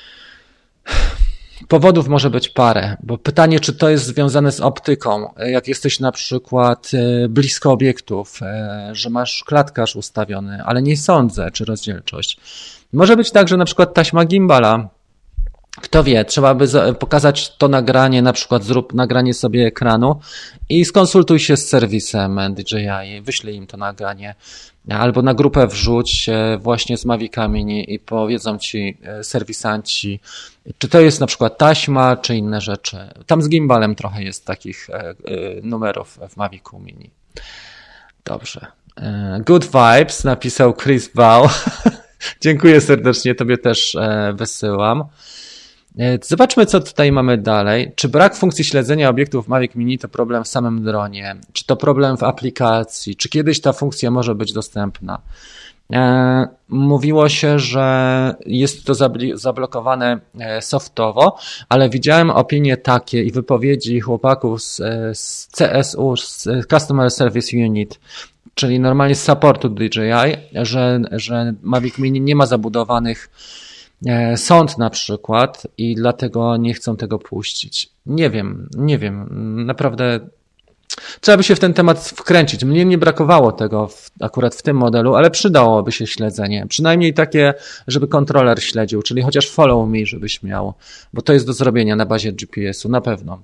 Powodów może być parę, bo pytanie, czy to jest związane z optyką, jak jesteś na przykład blisko obiektów, że masz klatkarz ustawiony, ale nie sądzę, czy rozdzielczość. Może być tak, że na przykład taśma gimbala, kto wie, trzeba by pokazać to nagranie, na przykład zrób nagranie sobie ekranu i skonsultuj się z serwisem DJI, wyślij im to nagranie, albo na grupę wrzuć właśnie z Mavica Mini i powiedzą ci serwisanci, czy to jest na przykład taśma, czy inne rzeczy. Tam z gimbalem trochę jest takich numerów w Mavicu Mini. Dobrze. Good vibes, napisał Chris Bał. Dziękuję serdecznie, tobie też wysyłam. Zobaczmy, co tutaj mamy dalej. Czy brak funkcji śledzenia obiektów w Mavic Mini to problem w samym dronie? Czy to problem w aplikacji? Czy kiedyś ta funkcja może być dostępna? Mówiło się, że jest to zablokowane softowo, ale widziałem opinie takie i wypowiedzi chłopaków z CSU, z Customer Service Unit, czyli normalnie z supportu DJI, że Mavic Mini nie ma zabudowanych sond na przykład i dlatego nie chcą tego puścić. Nie wiem, naprawdę trzeba by się w ten temat wkręcić. Mnie nie brakowało tego akurat w tym modelu, ale przydałoby się śledzenie. Przynajmniej takie, żeby kontroler śledził, czyli chociaż follow me, żebyś miał, bo to jest do zrobienia na bazie GPS-u, na pewno.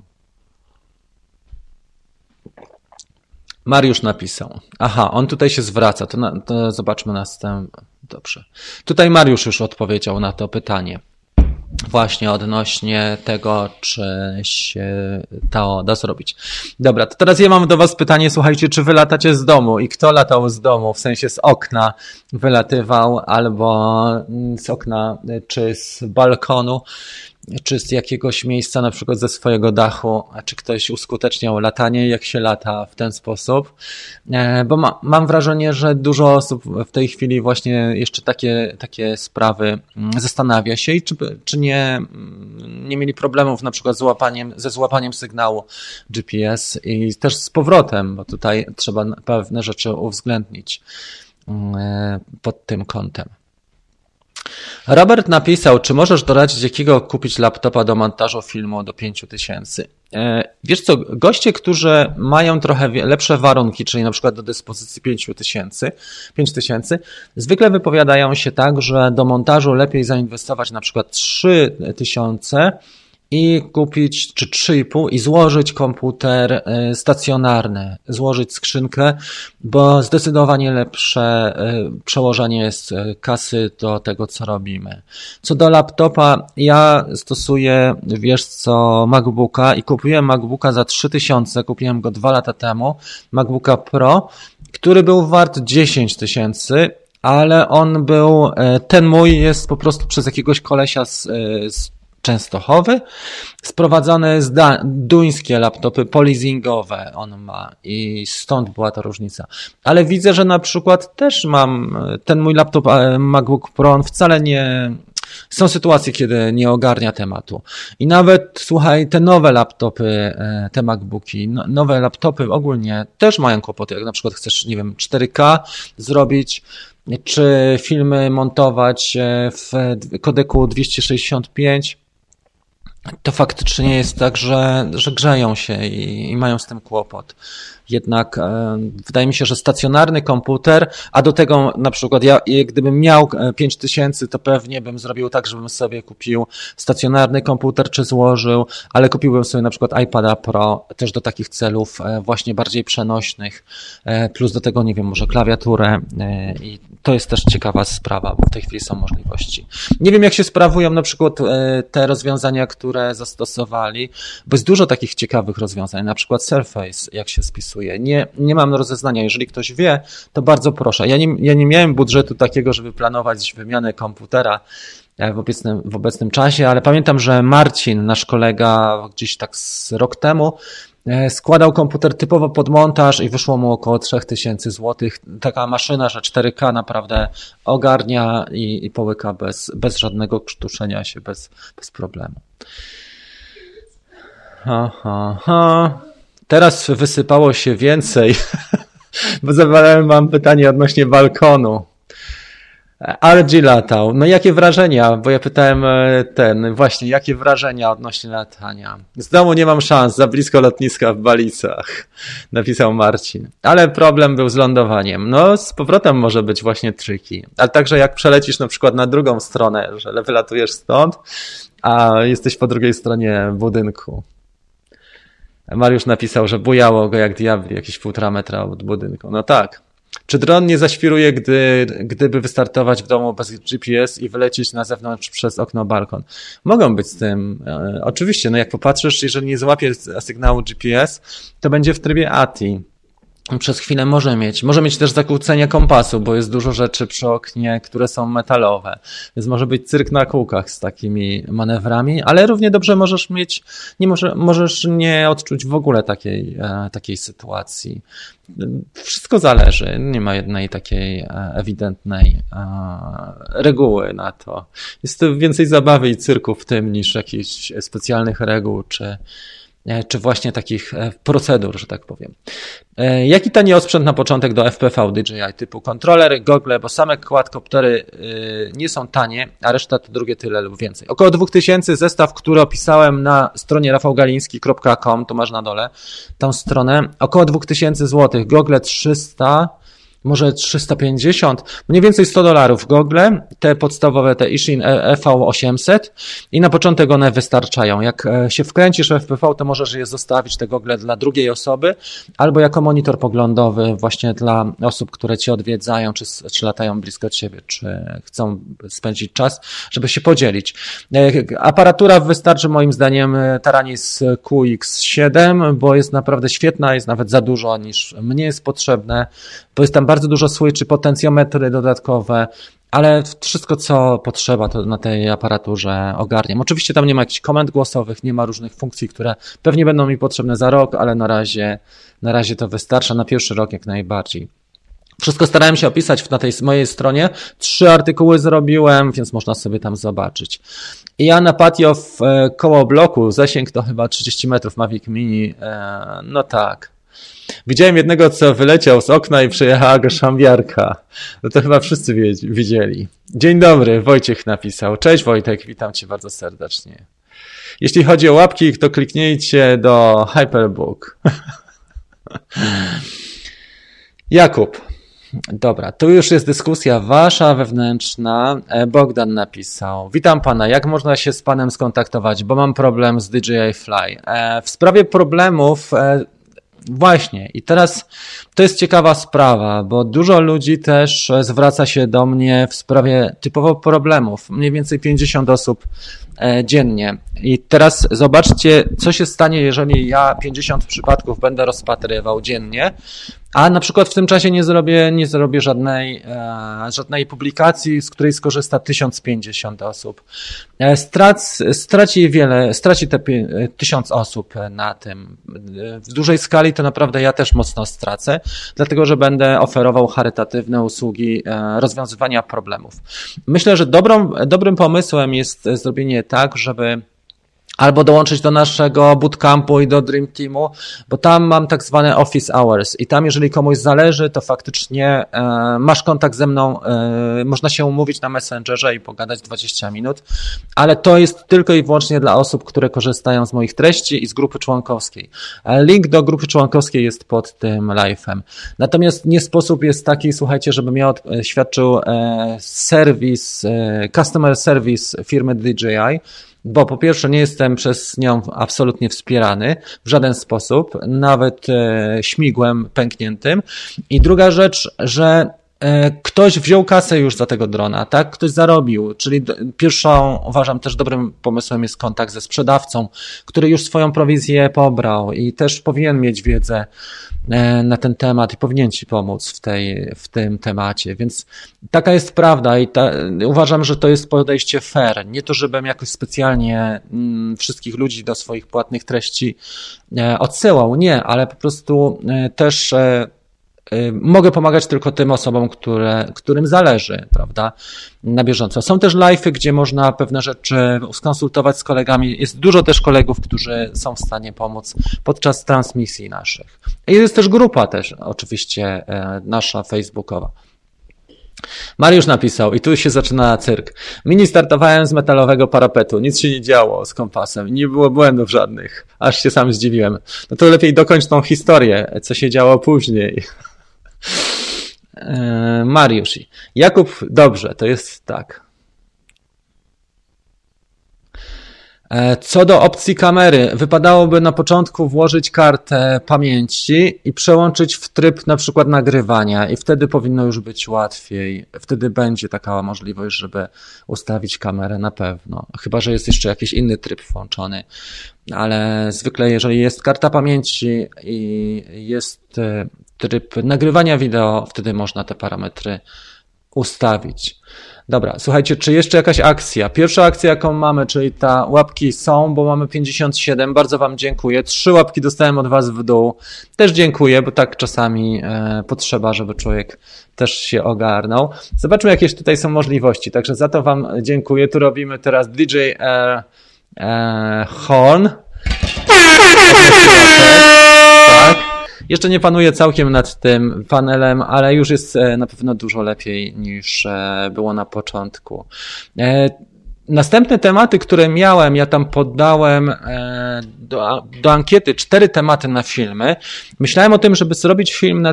Mariusz napisał. Aha, on tutaj się zwraca, to zobaczmy następnie. Dobrze. Tutaj Mariusz już odpowiedział na to pytanie. Właśnie odnośnie tego, czy się to da zrobić. Dobra, to teraz ja mam do was pytanie, słuchajcie, czy wy latacie z domu i kto latał z domu, w sensie z okna wylatywał albo z okna, czy z balkonu, czy z jakiegoś miejsca, na przykład ze swojego dachu, a czy ktoś uskuteczniał latanie, jak się lata w ten sposób, bo mam wrażenie, że dużo osób w tej chwili właśnie jeszcze takie sprawy zastanawia się i czy nie mieli problemów na przykład ze złapaniem sygnału GPS i też z powrotem, bo tutaj trzeba pewne rzeczy uwzględnić pod tym kątem. Robert napisał, czy możesz doradzić, jakiego kupić laptopa do montażu filmu do 5000? Wiesz co, goście, którzy mają trochę lepsze warunki, czyli na przykład do dyspozycji 5000, zwykle wypowiadają się tak, że do montażu lepiej zainwestować na przykład 3000 i kupić, czy 3,5 i złożyć komputer stacjonarny, złożyć skrzynkę, bo zdecydowanie lepsze przełożenie jest kasy do tego, co robimy. Co do laptopa, ja stosuję, wiesz co, MacBooka i kupiłem MacBooka za 3000, kupiłem go 2 lata temu, MacBooka Pro, który był wart 10 000, ale ten mój jest po prostu przez jakiegoś kolesia z Częstochowy, sprowadzane duńskie laptopy polizingowe on ma i stąd była ta różnica. Ale widzę, że na przykład też mam ten mój laptop MacBook Pro, on wcale nie... Są sytuacje, kiedy nie ogarnia tematu. I nawet, słuchaj, te nowe laptopy, te MacBooki, nowe laptopy ogólnie też mają kłopoty. Jak na przykład chcesz, nie wiem, 4K zrobić, czy filmy montować w kodeku 265, to faktycznie jest tak, że grzeją się i mają z tym kłopot. Jednak wydaje mi się, że stacjonarny komputer, a do tego na przykład ja gdybym miał 5000, to pewnie bym zrobił tak, żebym sobie kupił stacjonarny komputer czy złożył, ale kupiłbym sobie na przykład iPada Pro też do takich celów właśnie bardziej przenośnych, plus do tego, nie wiem, może klawiaturę i to jest też ciekawa sprawa, bo w tej chwili są możliwości. Nie wiem, jak się sprawują na przykład te rozwiązania, które zastosowali, bo jest dużo takich ciekawych rozwiązań, na przykład Surface, jak się spisuje. Nie mam rozeznania. Jeżeli ktoś wie, to bardzo proszę. Ja nie miałem budżetu takiego, żeby planować wymianę komputera w obecnym czasie, ale pamiętam, że Marcin, nasz kolega, gdzieś tak z rok temu, składał komputer typowo pod montaż i wyszło mu około 3000 zł. Taka maszyna, że 4K naprawdę ogarnia i połyka bez żadnego krztuszenia się, bez problemu. Teraz wysypało się więcej, bo zadałem wam pytanie odnośnie balkonu. RG latał. No jakie wrażenia? Bo ja pytałem właśnie, jakie wrażenia odnośnie latania? Z domu nie mam szans, za blisko lotniska w Balicach, napisał Marcin. Ale problem był z lądowaniem. No z powrotem może być właśnie tricky. Ale także jak przelecisz na przykład na drugą stronę, że wylatujesz stąd, a jesteś po drugiej stronie budynku. Mariusz napisał, że bujało go jak diabli, jakieś 1,5 metra od budynku. No tak. Czy dron nie zaświruje, gdyby wystartować w domu bez GPS i wylecieć na zewnątrz przez okno balkon? Mogą być z tym. Oczywiście, no jak popatrzysz, jeżeli nie złapie sygnału GPS, to będzie w trybie ATI. przez chwilę może mieć też zakłócenie kompasu, bo jest dużo rzeczy przy oknie, które są metalowe, więc może być cyrk na kółkach z takimi manewrami, ale równie dobrze możesz nie odczuć w ogóle takiej sytuacji. Wszystko zależy, nie ma jednej takiej ewidentnej reguły na to. Jest to więcej zabawy i cyrku w tym niż jakichś specjalnych reguł, czy właśnie takich procedur, że tak powiem. Jaki tani osprzęt na początek do FPV DJI typu kontroler, gogle, bo same quadcoptery nie są tanie, a reszta to drugie tyle lub więcej. Około 2000 zestaw, który opisałem na stronie rafałgaliński.com, to masz na dole tą stronę. Około 2000 zł, gogle 300, może 350, mniej więcej $100 gogle, te podstawowe, te Ishin EV800 i na początek one wystarczają. Jak się wkręcisz w FPV, to możesz je zostawić, te gogle, dla drugiej osoby, albo jako monitor poglądowy właśnie dla osób, które cię odwiedzają, czy latają blisko ciebie, czy chcą spędzić czas, żeby się podzielić. Aparatura wystarczy moim zdaniem Taranis QX7, bo jest naprawdę świetna, jest nawet za dużo niż mnie jest potrzebne, bo jest tam bardzo dużo switchy, potencjometry dodatkowe, ale wszystko, co potrzeba, to na tej aparaturze ogarniam. Oczywiście tam nie ma jakichś komend głosowych, nie ma różnych funkcji, które pewnie będą mi potrzebne za rok, ale na razie to wystarcza, na pierwszy rok jak najbardziej. Wszystko starałem się opisać na tej mojej stronie. 3 artykuły zrobiłem, więc można sobie tam zobaczyć. I ja na patio koło bloku, zasięg to chyba 30 metrów, Mavic Mini, no tak. Widziałem jednego, co wyleciał z okna i przejechała go szambiarka. No to chyba wszyscy widzieli. Dzień dobry, Wojciech napisał. Cześć Wojtek, witam cię bardzo serdecznie. Jeśli chodzi o łapki, to kliknijcie do Hyperbook. Jakub. Dobra, tu już jest dyskusja wasza wewnętrzna. Bogdan napisał. Witam pana, jak można się z panem skontaktować, bo mam problem z DJI Fly. W sprawie problemów... Właśnie i teraz to jest ciekawa sprawa, bo dużo ludzi też zwraca się do mnie w sprawie typowo problemów, mniej więcej 50 osób dziennie. I teraz zobaczcie, co się stanie, jeżeli ja 50 przypadków będę rozpatrywał dziennie, a na przykład w tym czasie nie zrobię żadnej publikacji, z której skorzysta 1050 osób. Straci te 1000 osób na tym. W dużej skali to naprawdę ja też mocno stracę, dlatego że będę oferował charytatywne usługi rozwiązywania problemów. Myślę, że dobrym pomysłem jest zrobienie tak, żeby albo dołączyć do naszego bootcampu i do Dream Teamu, bo tam mam tak zwane office hours i tam jeżeli komuś zależy, to faktycznie masz kontakt ze mną, można się umówić na Messengerze i pogadać 20 minut, ale to jest tylko i wyłącznie dla osób, które korzystają z moich treści i z grupy członkowskiej. Link do grupy członkowskiej jest pod tym live'em. Natomiast nie sposób jest taki, słuchajcie, żebym ja świadczył customer service firmy DJI, bo po pierwsze nie jestem przez nią absolutnie wspierany w żaden sposób, nawet śmigłem pękniętym. I druga rzecz, że ktoś wziął kasę już za tego drona, tak? Ktoś zarobił, czyli pierwszą, uważam, też dobrym pomysłem jest kontakt ze sprzedawcą, który już swoją prowizję pobrał i też powinien mieć wiedzę na ten temat i powinien ci pomóc w tym temacie, więc taka jest prawda i uważam, że to jest podejście fair, nie to, żebym jakoś specjalnie wszystkich ludzi do swoich płatnych treści odsyłał, nie, ale po prostu też mogę pomagać tylko tym osobom, którym zależy, prawda, na bieżąco. Są też live'y, gdzie można pewne rzeczy skonsultować z kolegami. Jest dużo też kolegów, którzy są w stanie pomóc podczas transmisji naszych. I jest też grupa też, oczywiście, nasza facebookowa. Mariusz napisał, i tu się zaczyna cyrk. Mini startowałem z metalowego parapetu, nic się nie działo z kompasem, nie było błędów żadnych, aż się sam zdziwiłem. No to lepiej dokończ tą historię, co się działo później. Mariusz. Jakub, dobrze, to jest tak. Co do opcji kamery, wypadałoby na początku włożyć kartę pamięci i przełączyć w tryb na przykład nagrywania i wtedy powinno już być łatwiej. Wtedy będzie taka możliwość, żeby ustawić kamerę na pewno. Chyba że jest jeszcze jakiś inny tryb włączony. Ale zwykle jeżeli jest karta pamięci i jest tryb nagrywania wideo, wtedy można te parametry ustawić. Dobra, słuchajcie, czy jeszcze jakaś akcja? Pierwsza akcja, jaką mamy, czyli ta łapki są, bo mamy 57, bardzo Wam dziękuję. 3 łapki dostałem od Was w dół. Też dziękuję, bo tak czasami potrzeba, żeby człowiek też się ogarnął. Zobaczmy, jakieś tutaj są możliwości, także za to Wam dziękuję. Tu robimy teraz DJ Horn. Tak. Jeszcze nie panuję całkiem nad tym panelem, ale już jest na pewno dużo lepiej niż było na początku. Następne tematy, które miałem, ja tam poddałem do ankiety 4 tematy na filmy. Myślałem o tym, żeby zrobić film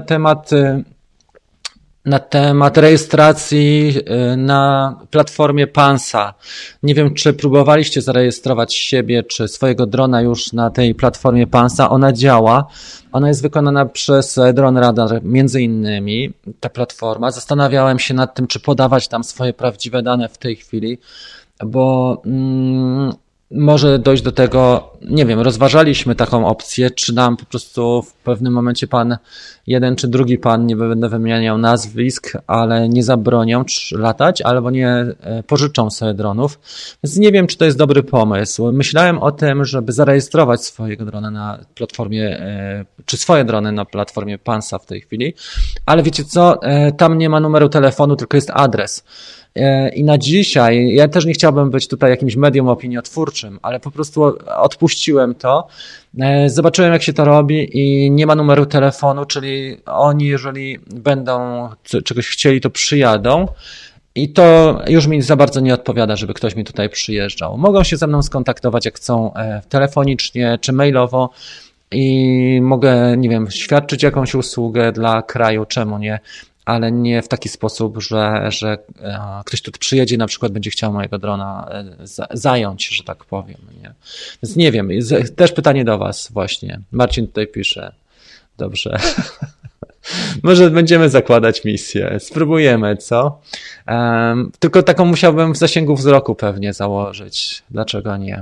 na temat rejestracji na platformie Pansa. Nie wiem, czy próbowaliście zarejestrować siebie czy swojego drona już na tej platformie Pansa. Ona działa. Ona jest wykonana przez Drone Radar, między innymi ta platforma. Zastanawiałem się nad tym, czy podawać tam swoje prawdziwe dane w tej chwili, bo może dojść do tego, nie wiem, rozważaliśmy taką opcję, czy nam po prostu w pewnym momencie jeden czy drugi pan, nie będę wymieniał nazwisk, ale nie zabronią latać, albo nie pożyczą sobie dronów. Więc nie wiem, czy to jest dobry pomysł. Myślałem o tym, żeby zarejestrować swojego drona na platformie, czy swoje drony na platformie Pansa w tej chwili, ale wiecie co, tam nie ma numeru telefonu, tylko jest adres. I na dzisiaj, ja też nie chciałbym być tutaj jakimś medium opiniotwórczym, ale po prostu odpuściłem to. Zobaczyłem, jak się to robi i nie ma numeru telefonu, czyli oni, jeżeli będą czegoś chcieli, to przyjadą. I to już mi za bardzo nie odpowiada, żeby ktoś mi tutaj przyjeżdżał. Mogą się ze mną skontaktować, jak chcą, telefonicznie czy mailowo i mogę, nie wiem, świadczyć jakąś usługę dla kraju, czemu nie, ale nie w taki sposób, że ktoś tu przyjedzie i na przykład będzie chciał mojego drona zająć, że tak powiem. Nie? Więc nie wiem, też pytanie do Was właśnie. Marcin tutaj pisze. Dobrze. Może będziemy zakładać misję. Spróbujemy, co? Tylko taką musiałbym w zasięgu wzroku pewnie założyć. Dlaczego nie?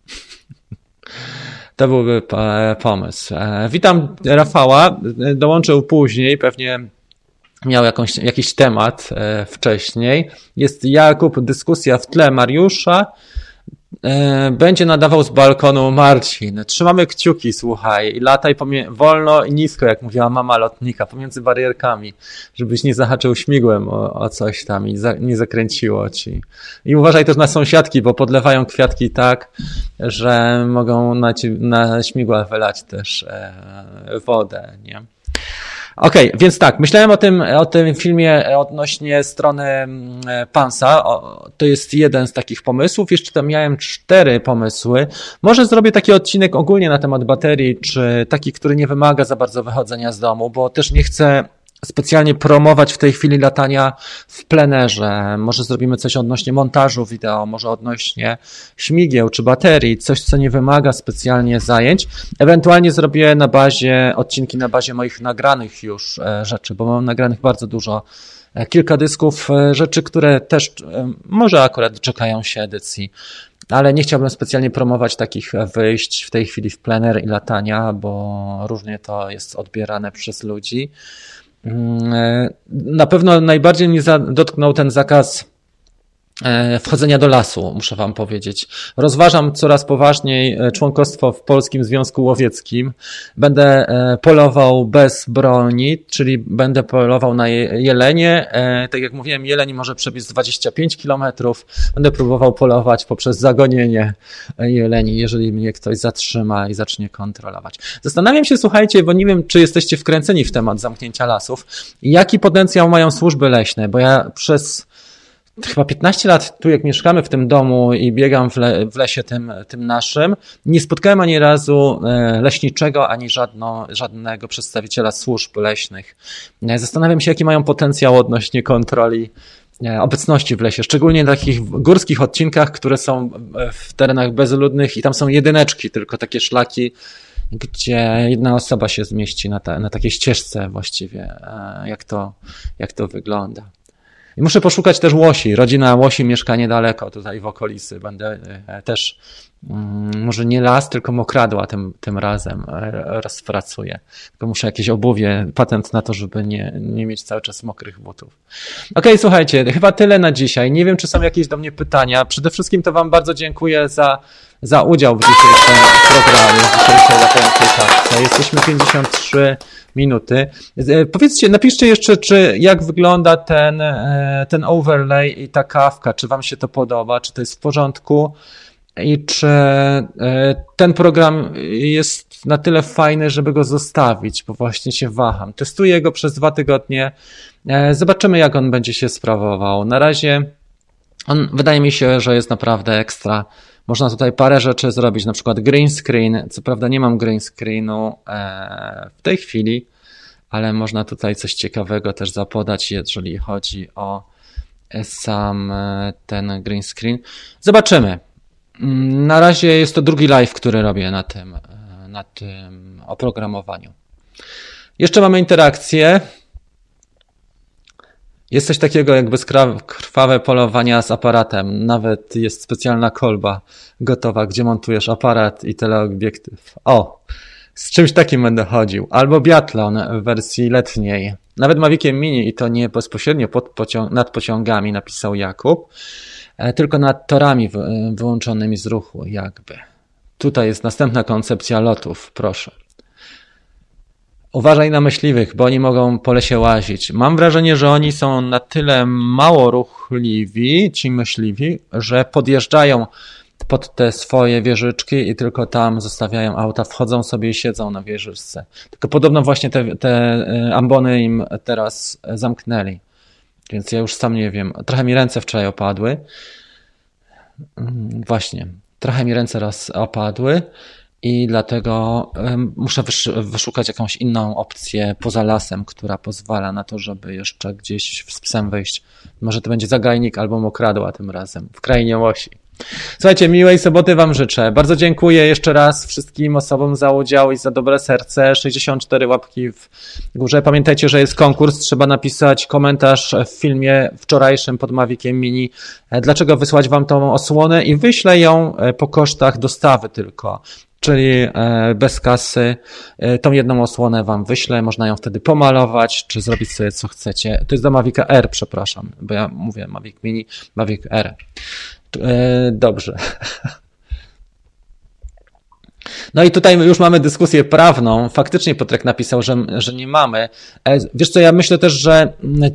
To byłby pomysł. Witam Rafała. Dołączył później, pewnie miał jakiś temat wcześniej. Jest Jakub, dyskusja w tle Mariusza. Będzie nadawał z balkonu Marcin. Trzymamy kciuki, słuchaj, i lataj wolno i nisko, jak mówiła mama lotnika, pomiędzy barierkami, żebyś nie zahaczył śmigłem o coś tam i nie zakręciło ci. I uważaj też na sąsiadki, bo podlewają kwiatki tak, że mogą na śmigła wylać też wodę, nie? Okej, więc tak, myślałem o tym filmie odnośnie strony Pansa. To jest jeden z takich pomysłów. Jeszcze tam miałem 4 pomysły. Może zrobię taki odcinek ogólnie na temat baterii, czy taki, który nie wymaga za bardzo wychodzenia z domu, bo też nie chcę specjalnie promować w tej chwili latania w plenerze. Może zrobimy coś odnośnie montażu wideo, może odnośnie śmigieł czy baterii, coś, co nie wymaga specjalnie zajęć. Ewentualnie zrobię odcinki na bazie moich nagranych już rzeczy, bo mam nagranych bardzo dużo. Kilka dysków rzeczy, które też może akurat czekają się edycji, ale nie chciałbym specjalnie promować takich wyjść w tej chwili w plener i latania, bo różnie to jest odbierane przez ludzi. Na pewno najbardziej mnie dotknął ten zakaz wchodzenia do lasu, muszę wam powiedzieć. Rozważam coraz poważniej członkostwo w Polskim Związku Łowieckim. Będę polował bez broni, czyli będę polował na jelenie. Tak jak mówiłem, jeleń może przebiec 25 kilometrów. Będę próbował polować poprzez zagonienie jeleni, jeżeli mnie ktoś zatrzyma i zacznie kontrolować. Zastanawiam się, słuchajcie, bo nie wiem, czy jesteście wkręceni w temat zamknięcia lasów. Jaki potencjał mają służby leśne, bo ja przez chyba 15 lat tu, jak mieszkamy w tym domu i biegam w lesie tym naszym, nie spotkałem ani razu leśniczego, ani żadnego przedstawiciela służb leśnych. Zastanawiam się, jaki mają potencjał odnośnie kontroli obecności w lesie, szczególnie na takich górskich odcinkach, które są w terenach bezludnych i tam są jedyneczki, tylko takie szlaki, gdzie jedna osoba się zmieści na takiej ścieżce właściwie, jak to wygląda. I muszę poszukać też Łosi. Rodzina Łosi mieszka niedaleko, tutaj w okolicy. Będę też, może nie las, tylko mokradła tym razem rozpracuję. Tylko muszę jakieś obuwie, patent na to, żeby nie mieć cały czas mokrych butów. Okej, słuchajcie, chyba tyle na dzisiaj. Nie wiem, czy są jakieś do mnie pytania. Przede wszystkim to wam bardzo dziękuję za udział w dzisiejszym programie, w dzisiejszej latającej kawce. Jesteśmy 53 minuty. Powiedzcie, napiszcie jeszcze, jak wygląda ten overlay i ta kawka, czy wam się to podoba, czy to jest w porządku i czy ten program jest na tyle fajny, żeby go zostawić, bo właśnie się waham. Testuję go przez 2 tygodnie. Zobaczymy, jak on będzie się sprawował. Na razie wydaje mi się, że jest naprawdę ekstra. Można tutaj parę rzeczy zrobić, na przykład green screen. Co prawda nie mam green screenu w tej chwili, ale można tutaj coś ciekawego też zapodać, jeżeli chodzi o sam ten green screen. Zobaczymy. Na razie jest to drugi live, który robię na tym oprogramowaniu. Jeszcze mamy interakcję. Jest coś takiego jak bezkrwawe polowania z aparatem. Nawet jest specjalna kolba gotowa, gdzie montujesz aparat i teleobiektyw. Z czymś takim będę chodził. Albo biatlon w wersji letniej. Nawet Maviciem Mini i to nie bezpośrednio nad pociągami, napisał Jakub, tylko nad torami wyłączonymi z ruchu jakby. Tutaj jest następna koncepcja lotów, proszę. Uważaj na myśliwych, bo oni mogą po lesie łazić. Mam wrażenie, że oni są na tyle mało ruchliwi, ci myśliwi, że podjeżdżają pod te swoje wieżyczki i tylko tam zostawiają auta, wchodzą sobie i siedzą na wieżyczce. Tylko podobno właśnie te ambony im teraz zamknęli. Więc ja już sam nie wiem. Trochę mi ręce wczoraj opadły. Właśnie. Trochę mi ręce raz opadły i dlatego muszę wyszukać jakąś inną opcję poza lasem, która pozwala na to, żeby jeszcze gdzieś z psem wyjść. Może to będzie zagajnik albo mokradła tym razem w krainie Łosi. Słuchajcie, miłej soboty wam życzę. Bardzo dziękuję jeszcze raz wszystkim osobom za udział i za dobre serce. 64 łapki w górze. Pamiętajcie, że jest konkurs. Trzeba napisać komentarz w filmie wczorajszym pod Maviciem Mini. Dlaczego wysłać wam tą osłonę i wyślę ją po kosztach dostawy tylko. Czyli bez kasy. Tą jedną osłonę wam wyślę. Można ją wtedy pomalować, czy zrobić sobie co chcecie. To jest do Mavica R, przepraszam, bo ja mówię Mavic Mini, Mavic R. Dobrze. No i tutaj już mamy dyskusję prawną. Faktycznie Piotrek napisał, że nie mamy. Wiesz co, ja myślę też, że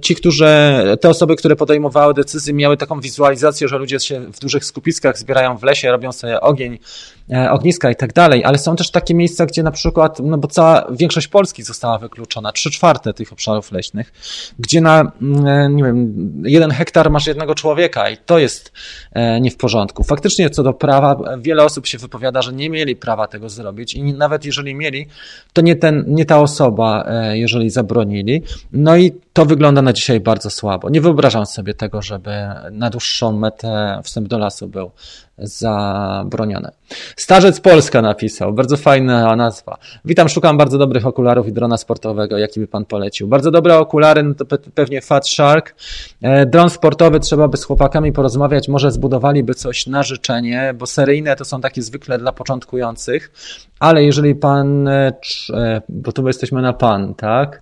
te osoby, które podejmowały decyzje, miały taką wizualizację, że ludzie się w dużych skupiskach zbierają w lesie, robią sobie ogniska i tak dalej, ale są też takie miejsca, gdzie na przykład, bo cała większość Polski została wykluczona, 3/4 tych obszarów leśnych, gdzie na, nie wiem, 1 hektar masz jednego człowieka i to jest nie w porządku. Faktycznie co do prawa, wiele osób się wypowiada, że nie mieli prawa tego zrobić i nawet jeżeli mieli, to nie ta osoba, jeżeli zabronili. No i to wygląda na dzisiaj bardzo słabo. Nie wyobrażam sobie tego, żeby na dłuższą metę wstęp do lasu był zabroniony. Starzec Polska napisał, bardzo fajna nazwa. Witam, szukam bardzo dobrych okularów i drona sportowego, jaki by pan polecił. Bardzo dobre okulary, no to pewnie Fat Shark. Dron sportowy, trzeba by z chłopakami porozmawiać, może zbudowaliby coś na życzenie, bo seryjne to są takie zwykle dla początkujących, ale jeżeli pan, bo tu jesteśmy na pan, tak?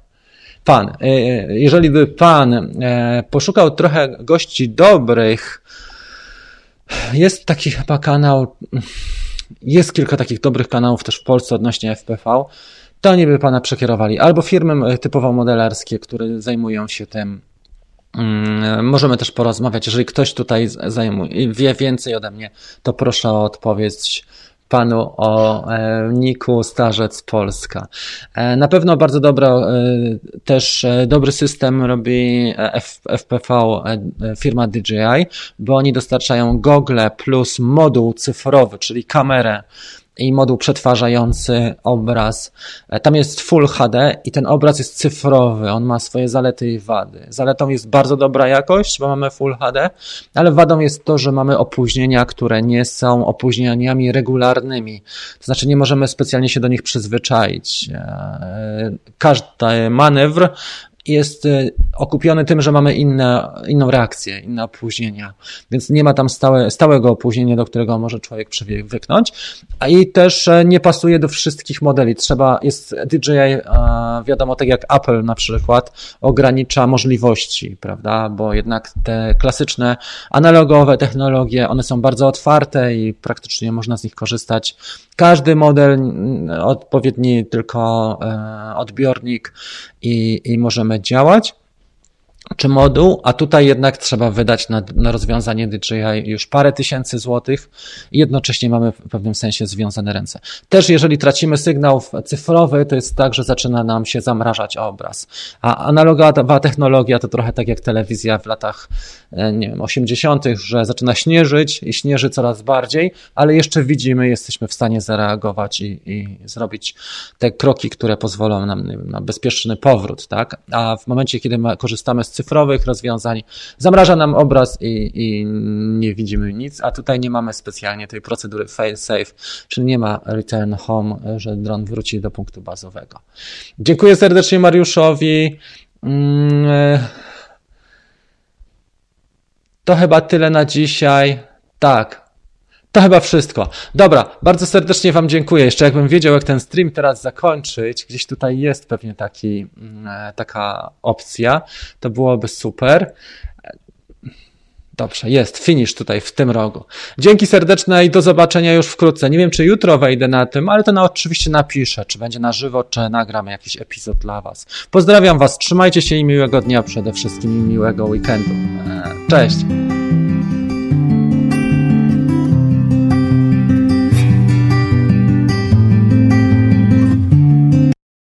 Jeżeli by pan poszukał trochę gości dobrych, jest taki chyba kanał, jest kilka takich dobrych kanałów też w Polsce odnośnie FPV, to oni by pana przekierowali. Albo firmy typowo modelarskie, które zajmują się tym. Możemy też porozmawiać. Jeżeli ktoś tutaj wie więcej ode mnie, to proszę o odpowiedź panu o niku Starzec Polska. Na pewno bardzo też dobry system robi FPV firma DJI, bo oni dostarczają gogle plus moduł cyfrowy, czyli kamerę i moduł przetwarzający obraz. Tam jest Full HD i ten obraz jest cyfrowy, on ma swoje zalety i wady. Zaletą jest bardzo dobra jakość, bo mamy Full HD, ale wadą jest to, że mamy opóźnienia, które nie są opóźnieniami regularnymi. To znaczy nie możemy specjalnie się do nich przyzwyczaić. Każdy manewr jest okupiony tym, że mamy inną reakcję, inne opóźnienia, więc nie ma tam stałego opóźnienia, do którego może człowiek przywyknąć, a i też nie pasuje do wszystkich modeli. Jest DJI, wiadomo, tak jak Apple na przykład, ogranicza możliwości, prawda, bo jednak te klasyczne analogowe technologie, one są bardzo otwarte i praktycznie można z nich korzystać. Każdy model, odpowiedni tylko odbiornik i możemy działać, czy moduł, a tutaj jednak trzeba wydać na rozwiązanie DJI już parę tysięcy złotych i jednocześnie mamy w pewnym sensie związane ręce. Też jeżeli tracimy sygnał cyfrowy, to jest tak, że zaczyna nam się zamrażać obraz. A analogowa technologia to trochę tak jak telewizja w latach, nie wiem, 80., że zaczyna śnieżyć i śnieży coraz bardziej, ale jeszcze widzimy, jesteśmy w stanie zareagować i zrobić te kroki, które pozwolą nam na bezpieczny powrót, tak? A w momencie, kiedy korzystamy z cyfrowych rozwiązań, zamraża nam obraz i nie widzimy nic, a tutaj nie mamy specjalnie tej procedury fail-safe, czyli nie ma return home, że dron wróci do punktu bazowego. Dziękuję serdecznie Mariuszowi. To chyba tyle na dzisiaj. Tak. To chyba wszystko. Dobra, bardzo serdecznie Wam dziękuję. Jeszcze jakbym wiedział, jak ten stream teraz zakończyć, gdzieś tutaj jest pewnie taka opcja, to byłoby super. Dobrze, jest finish tutaj w tym rogu. Dzięki serdeczne i do zobaczenia już wkrótce. Nie wiem, czy jutro wejdę na tym, ale to oczywiście napiszę, czy będzie na żywo, czy nagram jakiś epizod dla Was. Pozdrawiam Was, trzymajcie się i miłego dnia przede wszystkim i miłego weekendu. Cześć!